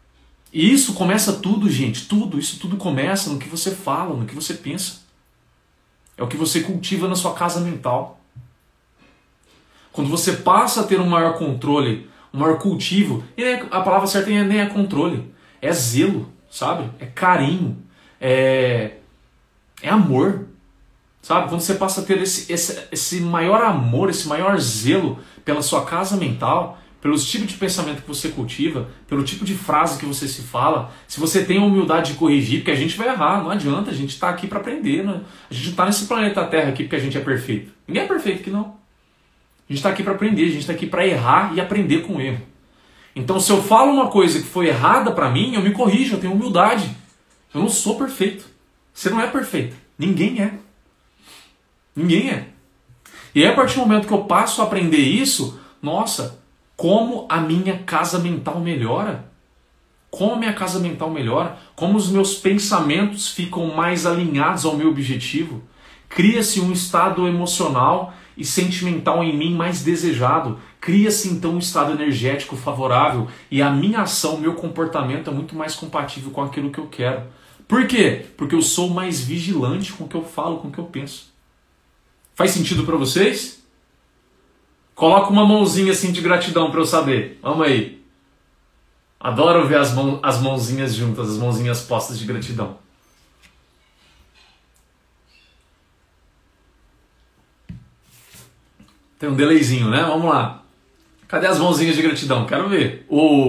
E isso começa tudo, gente, isso tudo começa no que você fala, no que você pensa. É o que você cultiva na sua casa mental. Quando você passa a ter um maior controle, um maior cultivo, e a palavra certa nem é controle, é zelo, sabe? É carinho, é amor, sabe? Quando você passa a ter esse maior amor, esse maior zelo pela sua casa mental, pelos tipos de pensamento que você cultiva, pelo tipo de frase que você se fala, se você tem a humildade de corrigir, porque a gente vai errar, não adianta, a gente está aqui para aprender, né? A gente não está nesse planeta Terra aqui porque a gente é perfeito. Ninguém é perfeito aqui não. A gente está aqui para aprender, a gente está aqui para errar e aprender com o erro. Então se eu falo uma coisa que foi errada para mim, eu me corrijo, eu tenho humildade. Eu não sou perfeito. Você não é perfeito. Ninguém é. Ninguém é. E aí, a partir do momento que eu passo a aprender isso, nossa, como a minha casa mental melhora. Como a minha casa mental melhora. Como os meus pensamentos ficam mais alinhados ao meu objetivo. Cria-se um estado emocional e sentimental em mim mais desejado. Cria-se então um estado energético favorável. E a minha ação, o meu comportamento é muito mais compatível com aquilo que eu quero. Por quê? Porque eu sou mais vigilante com o que eu falo, com o que eu penso. Faz sentido para vocês? Coloca uma mãozinha assim de gratidão para eu saber. Vamos aí. Adoro ver as mãozinhas juntas, as mãozinhas postas de gratidão. Tem um delayzinho, né? Vamos lá. Cadê as mãozinhas de gratidão? Quero ver.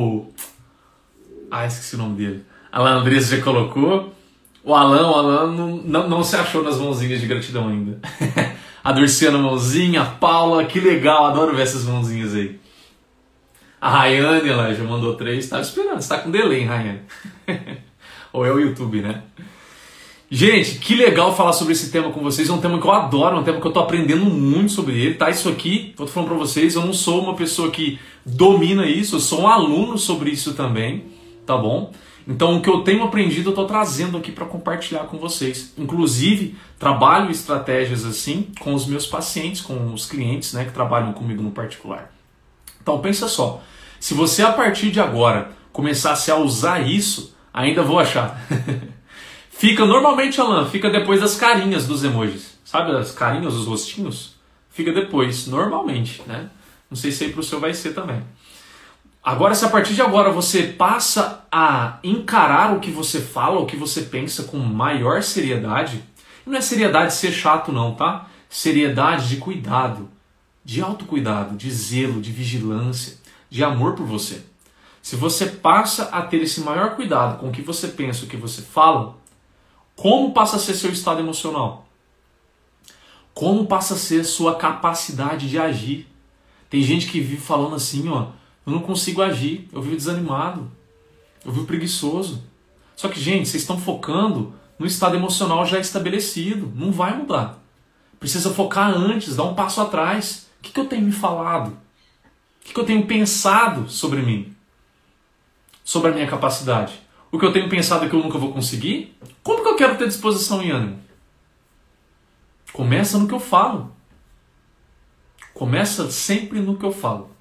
Esqueci o nome dele. Alan Andrés já colocou. O Alan não se achou nas mãozinhas de gratidão ainda. A Durciana mãozinha, a Paula, que legal, adoro ver essas mãozinhas aí. A Rayane, ela já mandou 3, estava esperando, você tá com delay, hein, Rayane? Ou é o YouTube, né? Gente, que legal falar sobre esse tema com vocês, é um tema que eu adoro, é um tema que eu tô aprendendo muito sobre ele, tá? Isso aqui, eu tô falando pra vocês, eu não sou uma pessoa que domina isso, eu sou um aluno sobre isso também, tá bom? Então o que eu tenho aprendido eu estou trazendo aqui para compartilhar com vocês. Inclusive, trabalho estratégias assim com os meus pacientes, com os clientes, né, que trabalham comigo no particular. Então pensa só, se você a partir de agora começasse a usar isso, ainda vou achar. Fica normalmente, Alan, fica depois das carinhas dos emojis. Sabe as carinhas, os rostinhos? Fica depois, normalmente, né? Não sei se aí para o seu vai ser também. Agora, se a partir de agora você passa a encarar o que você fala, o que você pensa com maior seriedade, não é seriedade de ser chato não, tá? Seriedade de cuidado, de autocuidado, de zelo, de vigilância, de amor por você. Se você passa a ter esse maior cuidado com o que você pensa, o que você fala, como passa a ser seu estado emocional? Como passa a ser sua capacidade de agir? Tem gente que vive falando assim, ó, eu não consigo agir, eu vivo desanimado, eu vivo preguiçoso. Só que, gente, vocês estão focando no estado emocional já estabelecido, não vai mudar. Precisa focar antes, dar um passo atrás. O que eu tenho me falado? O que eu tenho pensado sobre mim? Sobre a minha capacidade? O que eu tenho pensado que eu nunca vou conseguir? Como que eu quero ter disposição e ânimo? Começa no que eu falo. Começa sempre no que eu falo.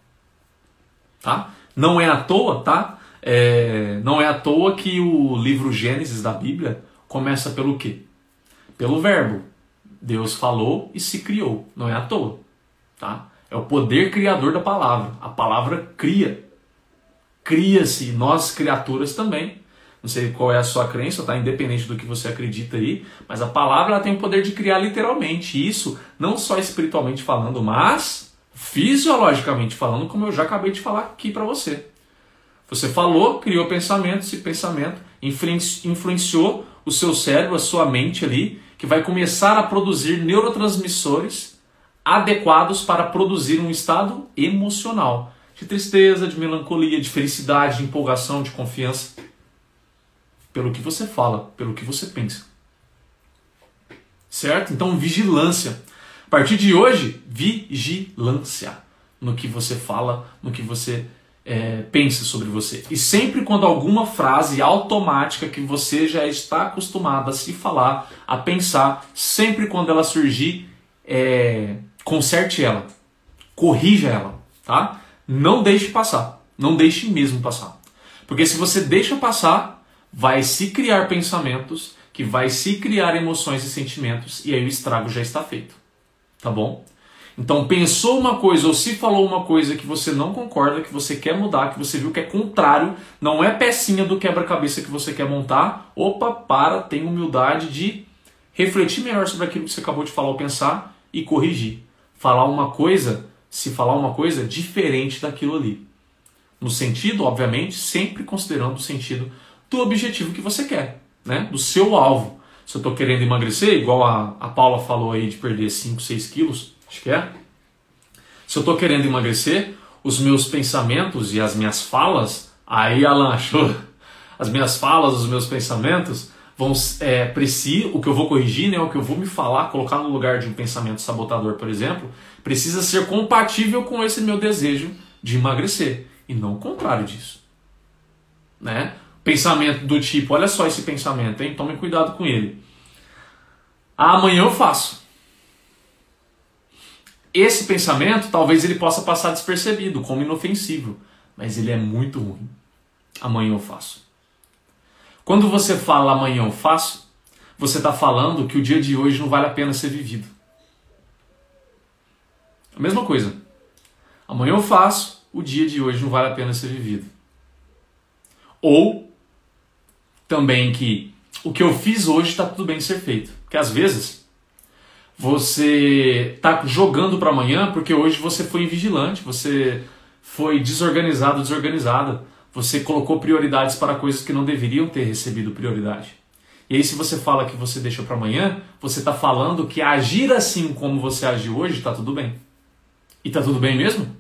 Tá? Não é à toa, tá? Não é à toa que o livro Gênesis da Bíblia começa pelo quê? Pelo verbo. Deus falou e se criou. Não é à toa. Tá? É o poder criador da palavra. A palavra cria. Cria-se, nós criaturas também. Não sei qual é a sua crença, tá? Independente do que você acredita aí, mas a palavra ela tem o poder de criar literalmente. Isso não só espiritualmente falando, mas fisiologicamente falando, como eu já acabei de falar aqui para você. Você falou, criou pensamento, esse pensamento influenciou o seu cérebro, a sua mente ali, que vai começar a produzir neurotransmissores adequados para produzir um estado emocional. De tristeza, de melancolia, de felicidade, de empolgação, de confiança. Pelo que você fala, pelo que você pensa. Certo? Então, vigilância. A partir de hoje, vigilância no que você fala, no que você pensa sobre você. E sempre quando alguma frase automática que você já está acostumado a se falar, a pensar, sempre quando ela surgir, conserte ela. Corrija ela, tá? Não deixe passar. Não deixe mesmo passar. Porque se você deixa passar, vai se criar pensamentos, que vai se criar emoções e sentimentos, e aí o estrago já está feito. Tá bom? Então pensou uma coisa ou se falou uma coisa que você não concorda, que você quer mudar, que você viu que é contrário, não é pecinha do quebra-cabeça que você quer montar, opa, tem humildade de refletir melhor sobre aquilo que você acabou de falar ou pensar e corrigir. Se falar uma coisa diferente daquilo ali. No sentido, obviamente, sempre considerando o sentido do objetivo que você quer, né? Do seu alvo. Se eu estou querendo emagrecer, igual a Paula falou aí de perder 5, 6 quilos, acho que é. Se eu estou querendo emagrecer, os meus pensamentos e as minhas falas, aí Alan achou, as minhas falas, os meus pensamentos, o que eu vou corrigir, né, o que eu vou me falar, colocar no lugar de um pensamento sabotador, por exemplo, precisa ser compatível com esse meu desejo de emagrecer, e não o contrário disso. Né? Pensamento do tipo, olha só esse pensamento, hein? Tomem cuidado com ele. Amanhã eu faço. Esse pensamento, talvez ele possa passar despercebido, como inofensivo, mas ele é muito ruim. Amanhã eu faço. Quando você fala amanhã eu faço, você está falando que o dia de hoje não vale a pena ser vivido. A mesma coisa. Amanhã eu faço, o dia de hoje não vale a pena ser vivido. Ou também que o que eu fiz hoje está tudo bem ser feito. Porque às vezes você está jogando para amanhã porque hoje você foi invigilante, você foi desorganizado, desorganizada. Você colocou prioridades para coisas que não deveriam ter recebido prioridade. E aí se você fala que você deixa para amanhã, você está falando que agir assim como você agiu hoje está tudo bem. E está tudo bem mesmo?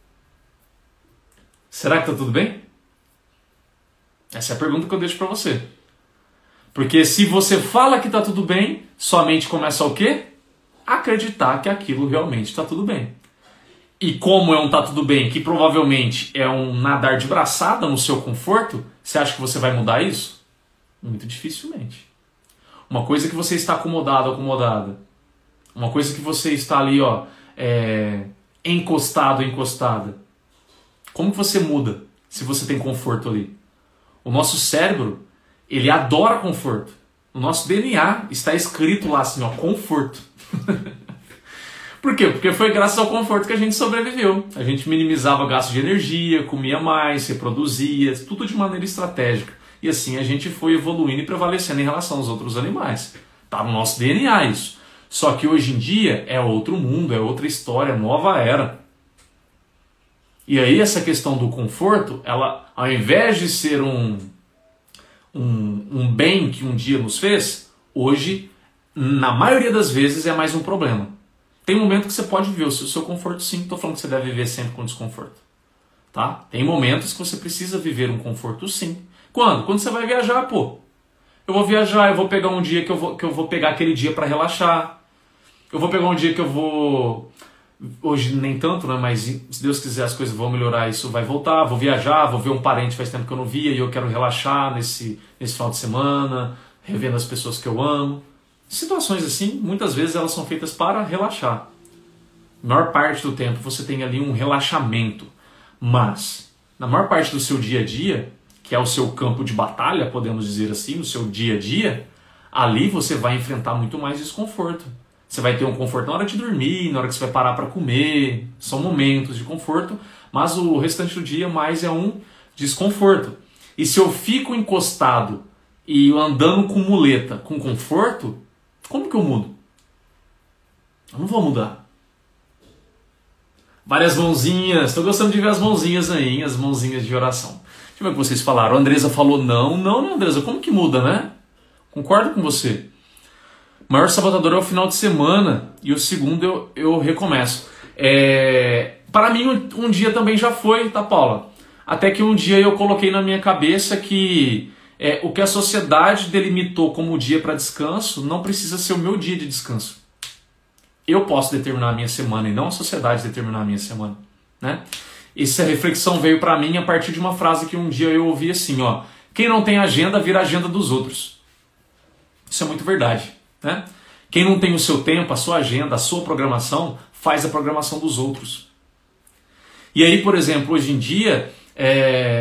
Será que está tudo bem? Essa é a pergunta que eu deixo para você. Porque se você fala que está tudo bem, sua mente começa a o quê? Acreditar que aquilo realmente está tudo bem. E como é um tá tudo bem, que provavelmente é um nadar de braçada no seu conforto, você acha que você vai mudar isso? Muito dificilmente. Uma coisa que você está acomodado, acomodada. Uma coisa que você está ali, encostado, encostada. Como que você muda se você tem conforto ali? O nosso cérebro, ele adora conforto. O nosso DNA está escrito lá assim, conforto. Por quê? Porque foi graças ao conforto que a gente sobreviveu. A gente minimizava gasto de energia, comia mais, reproduzia, tudo de maneira estratégica. E assim a gente foi evoluindo e prevalecendo em relação aos outros animais. Tá no nosso DNA isso. Só que hoje em dia é outro mundo, é outra história, nova era. E aí essa questão do conforto, ela, ao invés de ser um bem que um dia nos fez, hoje, na maioria das vezes, é mais um problema. Tem um momento que você pode viver o seu conforto, sim. Estou falando que você deve viver sempre com desconforto. Tá? Tem momentos que você precisa viver um conforto, sim. Quando? Quando você vai viajar, pô. Eu vou viajar, eu vou pegar um dia que eu vou pegar aquele dia para relaxar. Eu vou pegar um dia que eu vou... Hoje nem tanto, né? Mas se Deus quiser as coisas vão melhorar, isso vai voltar. Vou viajar, vou ver um parente faz tempo que eu não via e eu quero relaxar nesse final de semana, revendo as pessoas que eu amo. Situações assim, muitas vezes elas são feitas para relaxar. Na maior parte do tempo você tem ali um relaxamento. Mas, na maior parte do seu dia a dia, que é o seu campo de batalha, podemos dizer assim, no seu dia a dia, ali você vai enfrentar muito mais desconforto. Você vai ter um conforto na hora de dormir, na hora que você vai parar para comer. São momentos de conforto, mas o restante do dia mais é um desconforto. E se eu fico encostado e andando com muleta, com conforto, como que eu mudo? Eu não vou mudar. Várias mãozinhas. Estou gostando de ver as mãozinhas aí, hein? As mãozinhas de oração. Deixa eu ver o que vocês falaram. A Andresa falou não. Não, Andresa. Como que muda, né? Concordo com você. O maior sabotador é o final de semana. E o segundo eu recomeço. Para mim, um dia também já foi, tá, Paula? Até que um dia eu coloquei na minha cabeça que... o que a sociedade delimitou como dia para descanso não precisa ser o meu dia de descanso. Eu posso determinar a minha semana e não a sociedade determinar a minha semana. Né? Essa reflexão veio para mim a partir de uma frase que um dia eu ouvi assim, quem não tem agenda vira agenda dos outros. Isso é muito verdade. Né? Quem não tem o seu tempo, a sua agenda, a sua programação, faz a programação dos outros. E aí, por exemplo, hoje em dia...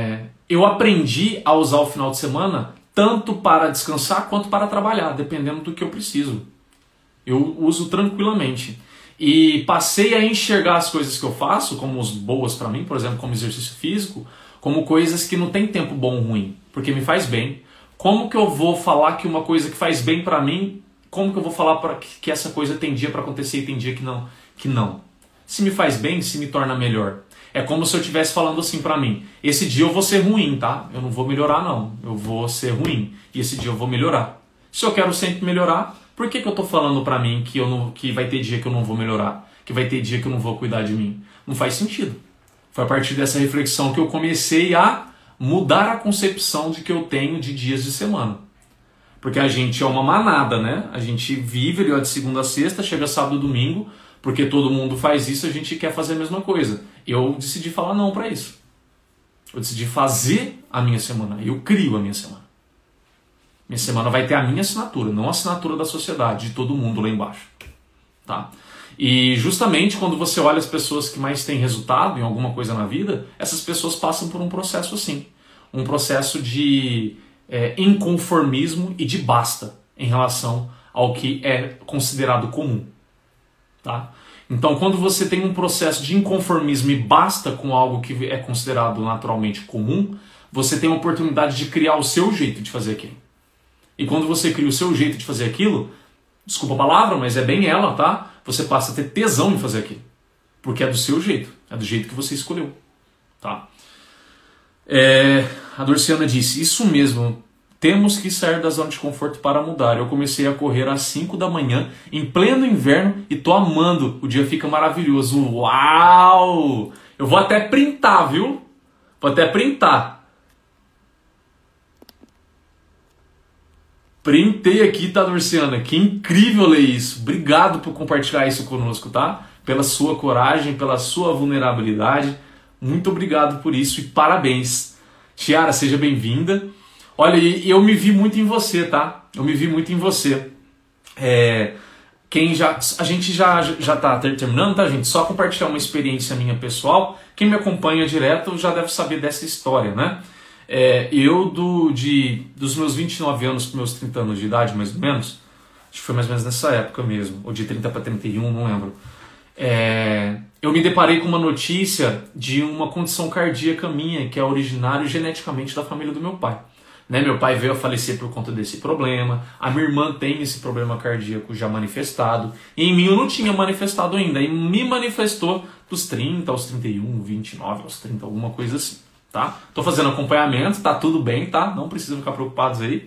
eu aprendi a usar o final de semana tanto para descansar quanto para trabalhar, dependendo do que eu preciso. Eu uso tranquilamente. E passei a enxergar as coisas que eu faço como as boas para mim, por exemplo, como exercício físico, como coisas que não tem tempo bom ou ruim, porque me faz bem. Como que eu vou falar que uma coisa que faz bem para mim, como que eu vou falar que essa coisa tem dia para acontecer e tem dia que não? Se me faz bem, se me torna melhor. É como se eu estivesse falando assim pra mim: esse dia eu vou ser ruim, tá? Eu não vou melhorar não, eu vou ser ruim. E esse dia eu vou melhorar. Se eu quero sempre melhorar, por que eu tô falando pra mim que vai ter dia que eu não vou melhorar? Que vai ter dia que eu não vou cuidar de mim? Não faz sentido. Foi a partir dessa reflexão que eu comecei a mudar a concepção de que eu tenho de dias de semana. Porque a gente é uma manada, né? A gente vive ali, ó, de segunda a sexta, chega sábado e domingo, porque todo mundo faz isso, a gente quer fazer a mesma coisa. Eu decidi falar não para isso. Eu decidi fazer a minha semana. Eu crio a minha semana. Minha semana vai ter a minha assinatura, não a assinatura da sociedade, de todo mundo lá embaixo. Tá? E justamente quando você olha as pessoas que mais têm resultado em alguma coisa na vida, essas pessoas passam por um processo assim. Um processo de inconformismo e de basta em relação ao que é considerado comum. Tá? Então, quando você tem um processo de inconformismo e basta com algo que é considerado naturalmente comum, você tem a oportunidade de criar o seu jeito de fazer aquilo. E quando você cria o seu jeito de fazer aquilo, desculpa a palavra, mas é bem ela, tá? Você passa a ter tesão em fazer aquilo. Porque é do seu jeito, é do jeito que você escolheu. Tá? A Dorciana disse: isso mesmo, temos que sair da zona de conforto para mudar. Eu comecei a correr às 5 da manhã, em pleno inverno, e tô amando. O dia fica maravilhoso. Uau! Eu vou até printar, viu? Vou até printar. Printei aqui, tá, Dorciana? Que incrível ler isso. Obrigado por compartilhar isso conosco, tá? Pela sua coragem, pela sua vulnerabilidade. Muito obrigado por isso e parabéns. Tiara, seja bem-vinda. Olha, eu me vi muito em você, tá? Eu me vi muito em você. A gente já tá terminando, tá, gente? Só compartilhar uma experiência minha pessoal. Quem me acompanha direto já deve saber dessa história, né? Dos meus 29 anos para meus 30 anos de idade, mais ou menos, acho que foi mais ou menos nessa época mesmo, ou de 30 para 31, não lembro. Eu me deparei com uma notícia de uma condição cardíaca minha, que é originário geneticamente da família do meu pai. Né? Meu pai veio a falecer por conta desse problema, a minha irmã tem esse problema cardíaco já manifestado, e em mim eu não tinha manifestado ainda, e me manifestou dos 30 aos 31, 29 aos 30, alguma coisa assim. Tá? Tô fazendo acompanhamento, tá tudo bem, tá? Não precisam ficar preocupados aí.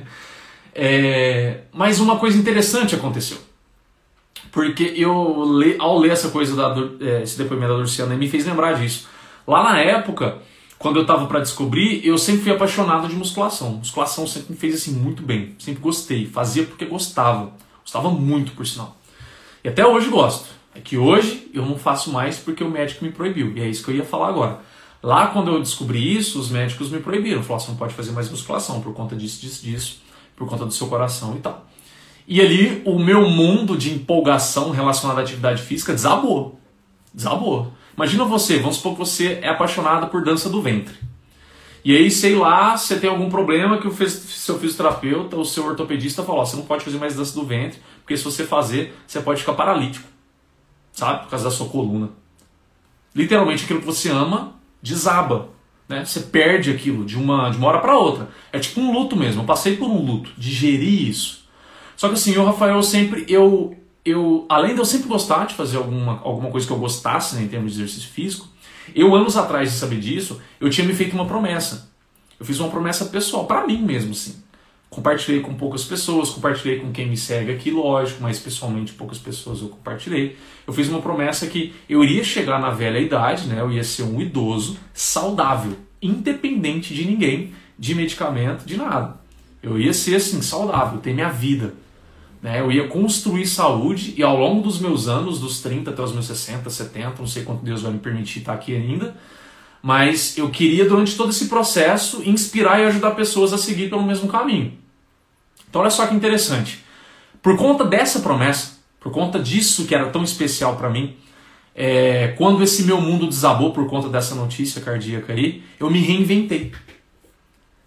Mas uma coisa interessante aconteceu. Porque ao ler essa coisa, esse depoimento da Dorciana, me fez lembrar disso. Lá na época, quando eu estava para descobrir, eu sempre fui apaixonado de musculação. Musculação sempre me fez assim muito bem, sempre gostei, fazia porque gostava muito, por sinal. E até hoje gosto. É que hoje eu não faço mais porque o médico me proibiu, e é isso que eu ia falar agora. Lá quando eu descobri isso, os médicos me proibiram, falaram: você não pode fazer mais musculação por conta disso, por conta do seu coração e tal. E ali o meu mundo de empolgação relacionado à atividade física desabou. Imagina você, vamos supor que você é apaixonado por dança do ventre. E aí, sei lá, você tem algum problema que o seu fisioterapeuta, o seu ortopedista falou: você não pode fazer mais dança do ventre, porque se você fazer, você pode ficar paralítico. Sabe? Por causa da sua coluna. Literalmente aquilo que você ama desaba. Né? Você perde aquilo de uma hora para outra. É tipo um luto mesmo. Eu passei por um luto, digeri isso. Só que assim, eu, Rafael, além de eu sempre gostar de fazer alguma coisa que eu gostasse, né, em termos de exercício físico, anos atrás de saber disso, eu tinha me feito uma promessa. Eu fiz uma promessa pessoal, para mim mesmo, assim. Compartilhei com poucas pessoas, compartilhei com quem me segue aqui, lógico, mas pessoalmente poucas pessoas eu compartilhei. Eu fiz uma promessa que eu iria chegar na velha idade, né, eu ia ser um idoso saudável, independente de ninguém, de medicamento, de nada. Eu ia ser assim, saudável, ter minha vida. Né? Eu ia construir saúde e ao longo dos meus anos, dos 30 até os meus 60, 70, não sei quanto Deus vai me permitir estar aqui ainda, mas eu queria durante todo esse processo inspirar e ajudar pessoas a seguir pelo mesmo caminho. Então olha só que interessante. Por conta dessa promessa, por conta disso que era tão especial para mim, quando esse meu mundo desabou por conta dessa notícia cardíaca aí, eu me reinventei.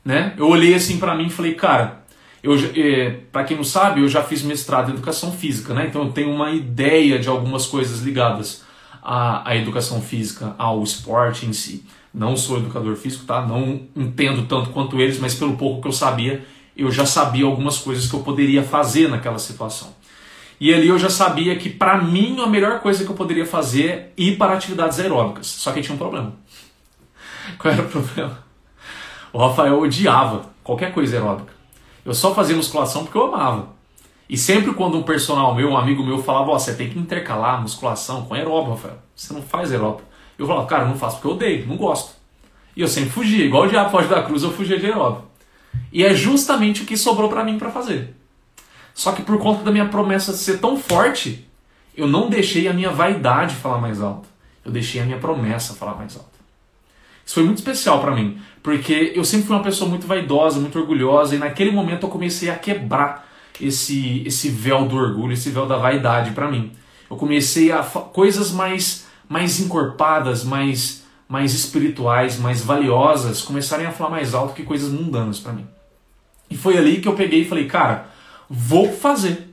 né? Eu olhei assim pra mim e falei, cara, pra quem não sabe, eu já fiz mestrado em educação física, né? Então eu tenho uma ideia de algumas coisas ligadas à educação física, ao esporte em si. Não sou educador físico, tá? Não entendo tanto quanto eles, mas pelo pouco que eu sabia, eu já sabia algumas coisas que eu poderia fazer naquela situação. E ali eu já sabia que, pra mim, a melhor coisa que eu poderia fazer é ir para atividades aeróbicas. Só que tinha um problema. Qual era o problema? O Rafael odiava qualquer coisa aeróbica. Eu só fazia musculação porque eu amava. E sempre quando um personal meu, um amigo meu, falava, ó, você tem que intercalar musculação com aeróbico, Rafael. Você não faz aeróbico. Eu falava, cara, eu não faço porque eu odeio, não gosto. E eu sempre fugia, igual o diabo foge da cruz, eu fugia de aeróbico. E é justamente o que sobrou pra mim pra fazer. Só que por conta da minha promessa de ser tão forte, eu não deixei a minha vaidade falar mais alto. Eu deixei a minha promessa falar mais alto. Isso foi muito especial pra mim, porque eu sempre fui uma pessoa muito vaidosa, muito orgulhosa, e naquele momento eu comecei a quebrar esse véu do orgulho, esse véu da vaidade pra mim. Eu comecei a coisas mais encorpadas, mais espirituais, mais valiosas, começarem a falar mais alto que coisas mundanas pra mim. E foi ali que eu peguei e falei, cara, vou fazer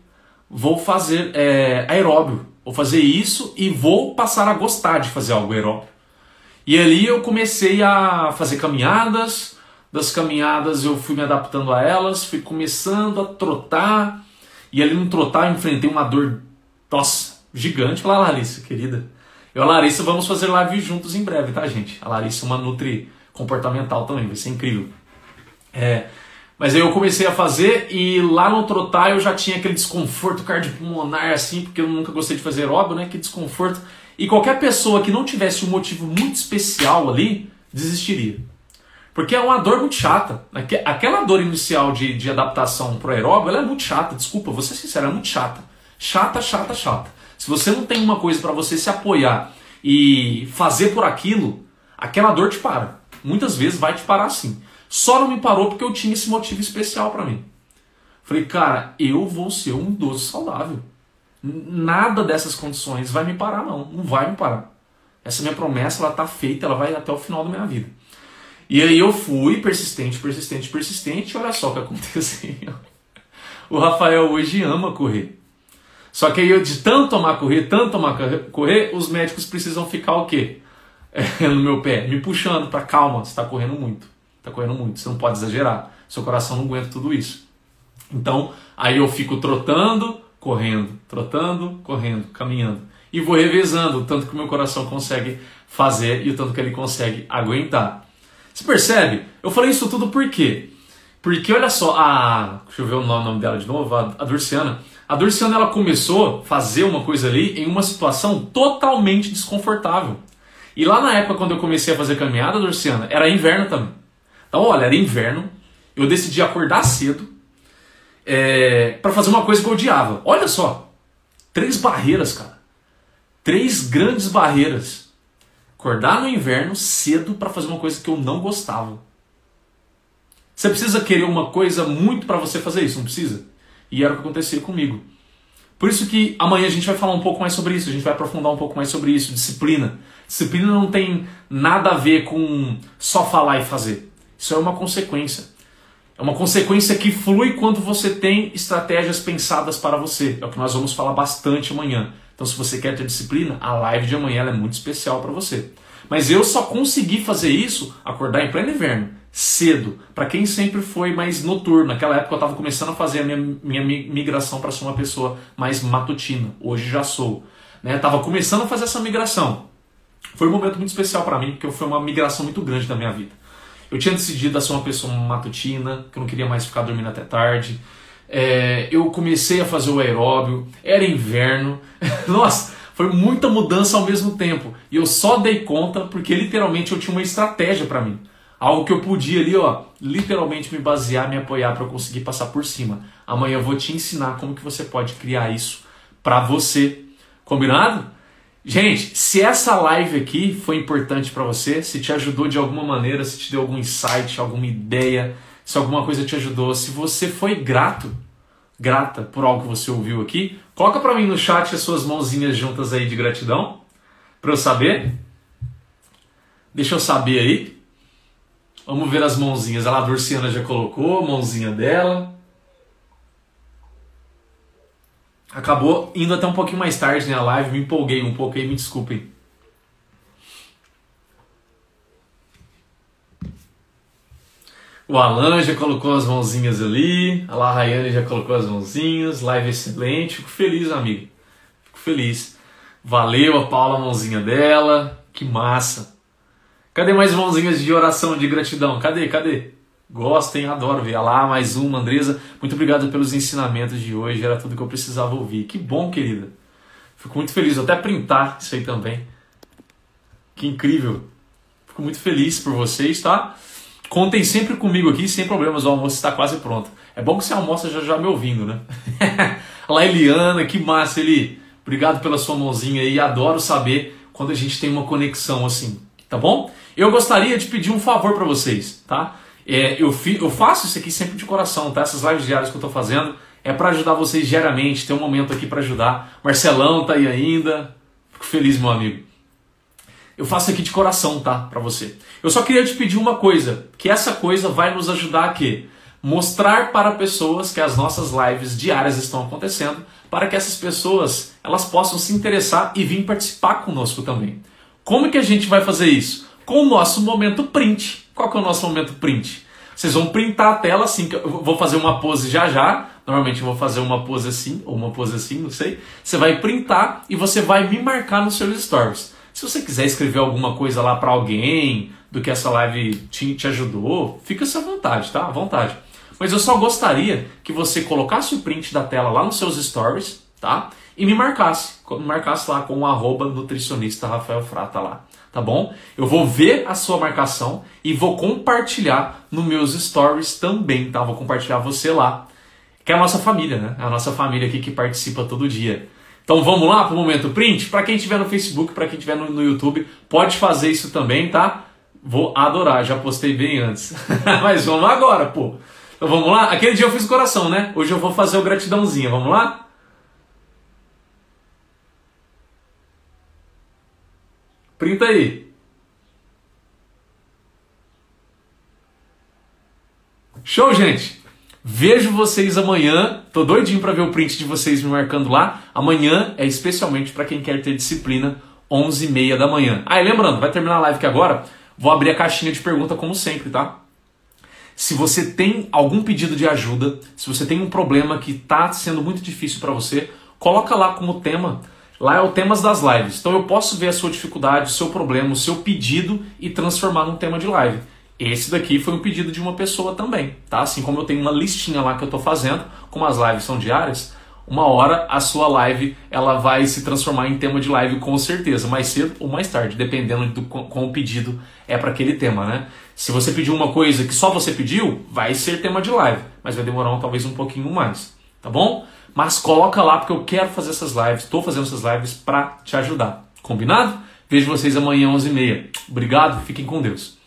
aeróbio, vou fazer isso e vou passar a gostar de fazer algo aeróbio. E ali eu comecei a fazer caminhadas, das caminhadas eu fui me adaptando a elas, fui começando a trotar, e ali no trotar eu enfrentei uma dor, nossa, gigante. Olá, Larissa, querida. Eu e a Larissa vamos fazer live juntos em breve, tá, gente? A Larissa é uma nutri comportamental também, vai ser incrível. Mas aí eu comecei a fazer e lá no trotar eu já tinha aquele desconforto cardiopulmonar assim, porque eu nunca gostei de fazer aeróbio, né? Que desconforto. E qualquer pessoa que não tivesse um motivo muito especial ali, desistiria. Porque é uma dor muito chata. Aquela dor inicial de adaptação pro aeróbio, ela é muito chata, desculpa, vou ser sincero, é muito chata. Chata. Se você não tem uma coisa para você se apoiar e fazer por aquilo, aquela dor te para. Muitas vezes vai te parar sim. Só não me parou porque eu tinha esse motivo especial para mim. Falei, cara, eu vou ser um idoso saudável. Nada dessas condições vai me parar, não vai me parar. Essa minha promessa, ela tá feita, ela vai até o final da minha vida. E aí eu fui persistente, e olha só o que aconteceu. O Rafael hoje ama correr. Só que aí eu, de tanto amar correr, os médicos precisam ficar o quê? No meu pé, me puxando para calma, você está correndo muito. Você não pode exagerar. Seu coração não aguenta tudo isso. Então, aí eu fico trotando, correndo, caminhando. E vou revezando o tanto que o meu coração consegue fazer e o tanto que ele consegue aguentar. Você percebe? Eu falei isso tudo por quê? Porque olha só, deixa eu ver o nome dela de novo, a Durciana. A Durciana, ela começou a fazer uma coisa ali em uma situação totalmente desconfortável. E lá na época, quando eu comecei a fazer caminhada, Durciana, era inverno também. Então, olha, era inverno, eu decidi acordar cedo para fazer uma coisa que eu odiava. Olha só, 3 barreiras, cara. 3 grandes barreiras. Acordar no inverno cedo para fazer uma coisa que eu não gostava. Você precisa querer uma coisa muito para você fazer isso, não precisa? E era o que acontecia comigo. Por isso que amanhã a gente vai falar um pouco mais sobre isso, a gente vai aprofundar um pouco mais sobre isso, disciplina. Disciplina não tem nada a ver com só falar e fazer. Isso é uma consequência. É uma consequência que flui quando você tem estratégias pensadas para você. É o que nós vamos falar bastante amanhã. Então, se você quer ter disciplina, a live de amanhã ela é muito especial para você. Mas eu só consegui fazer isso, acordar em pleno inverno, cedo. Para quem sempre foi mais noturno. Naquela época eu estava começando a fazer a minha migração para ser uma pessoa mais matutina. Hoje já sou. Estava começando a fazer essa migração. Foi um momento muito especial para mim, porque foi uma migração muito grande da minha vida. Eu tinha decidido a ser uma pessoa matutina, que eu não queria mais ficar dormindo até tarde. Eu comecei a fazer o aeróbio, era inverno. Nossa, foi muita mudança ao mesmo tempo. E eu só dei conta porque literalmente eu tinha uma estratégia para mim. Algo que eu podia ali, literalmente me basear, me apoiar para eu conseguir passar por cima. Amanhã eu vou te ensinar como que você pode criar isso para você. Combinado? Gente, se essa live aqui foi importante para você, se te ajudou de alguma maneira, se te deu algum insight, alguma ideia, se alguma coisa te ajudou, se você foi grata por algo que você ouviu aqui, coloca para mim no chat as suas mãozinhas juntas aí de gratidão, para eu saber. Deixa eu saber aí. Vamos ver as mãozinhas. A Durciana já colocou a mãozinha dela. Acabou indo até um pouquinho mais tarde, né, a live. Me empolguei um pouco aí, me desculpem. O Alan já colocou as mãozinhas ali. A Rayane já colocou as mãozinhas. Live excelente. Fico feliz, amigo. Fico feliz. Valeu, a Paula, a mãozinha dela. Que massa. Cadê mais mãozinhas de oração, de gratidão? Cadê? Gosto, hein? Adoro ver. Lá, mais uma, Andresa. Muito obrigado pelos ensinamentos de hoje. Era tudo que eu precisava ouvir. Que bom, querida. Fico muito feliz. Vou até printar isso aí também. Que incrível. Fico muito feliz por vocês, tá? Contem sempre comigo aqui, sem problemas. O almoço está quase pronto. É bom que você almoça já me ouvindo, né? Lá, Eliana. Que massa, Eli. Obrigado pela sua mãozinha aí. Adoro saber quando a gente tem uma conexão assim. Tá bom? Eu gostaria de pedir um favor para vocês, tá? Eu faço isso aqui sempre de coração, tá? Essas lives diárias que eu tô fazendo é para ajudar vocês diariamente, ter um momento aqui para ajudar. Marcelão tá aí ainda. Fico feliz, meu amigo. Eu faço aqui de coração, tá? Para você. Eu só queria te pedir uma coisa, que essa coisa vai nos ajudar a quê? Mostrar para pessoas que as nossas lives diárias estão acontecendo, para que essas pessoas elas possam se interessar e vir participar conosco também. Como que a gente vai fazer isso? Com o nosso momento print. Qual que é o nosso momento print? Vocês vão printar a tela assim, que eu vou fazer uma pose já. Normalmente eu vou fazer uma pose assim, ou uma pose assim, não sei. Você vai printar e você vai me marcar nos seus stories. Se você quiser escrever alguma coisa lá para alguém, do que essa live te ajudou, fica-se à vontade, tá? À vontade. Mas eu só gostaria que você colocasse o print da tela lá nos seus stories, tá? E me marcasse lá com o @nutricionista Rafael Frata lá, tá bom? Eu vou ver a sua marcação e vou compartilhar nos meus stories também, tá? Vou compartilhar você lá, que é a nossa família, né? É a nossa família aqui que participa todo dia. Então vamos lá pro momento print? Para quem estiver no Facebook, para quem estiver no YouTube, pode fazer isso também, tá? Vou adorar, já postei bem antes. Mas vamos agora, pô. Então vamos lá? Aquele dia eu fiz coração, né? Hoje eu vou fazer o gratidãozinha, vamos lá? Printa aí. Show, gente! Vejo vocês amanhã. Tô doidinho para ver o print de vocês me marcando lá. Amanhã é especialmente para quem quer ter disciplina, 11h30 da manhã. Ah, e lembrando, vai terminar a live aqui agora. Vou abrir a caixinha de pergunta como sempre, tá? Se você tem algum pedido de ajuda, se você tem um problema que está sendo muito difícil para você, coloca lá como tema. Lá é o temas das lives. Então eu posso ver a sua dificuldade, o seu problema, o seu pedido e transformar num tema de live. Esse daqui foi um pedido de uma pessoa também, tá? Assim como eu tenho uma listinha lá que eu estou fazendo, como as lives são diárias, uma hora a sua live ela vai se transformar em tema de live com certeza, mais cedo ou mais tarde, dependendo do com o pedido é para aquele tema, né? Se você pediu uma coisa que só você pediu, vai ser tema de live, mas vai demorar talvez um pouquinho mais, tá bom? Mas coloca lá porque eu quero fazer essas lives, estou fazendo essas lives para te ajudar, combinado? Vejo vocês amanhã 11h30. Obrigado, fiquem com Deus.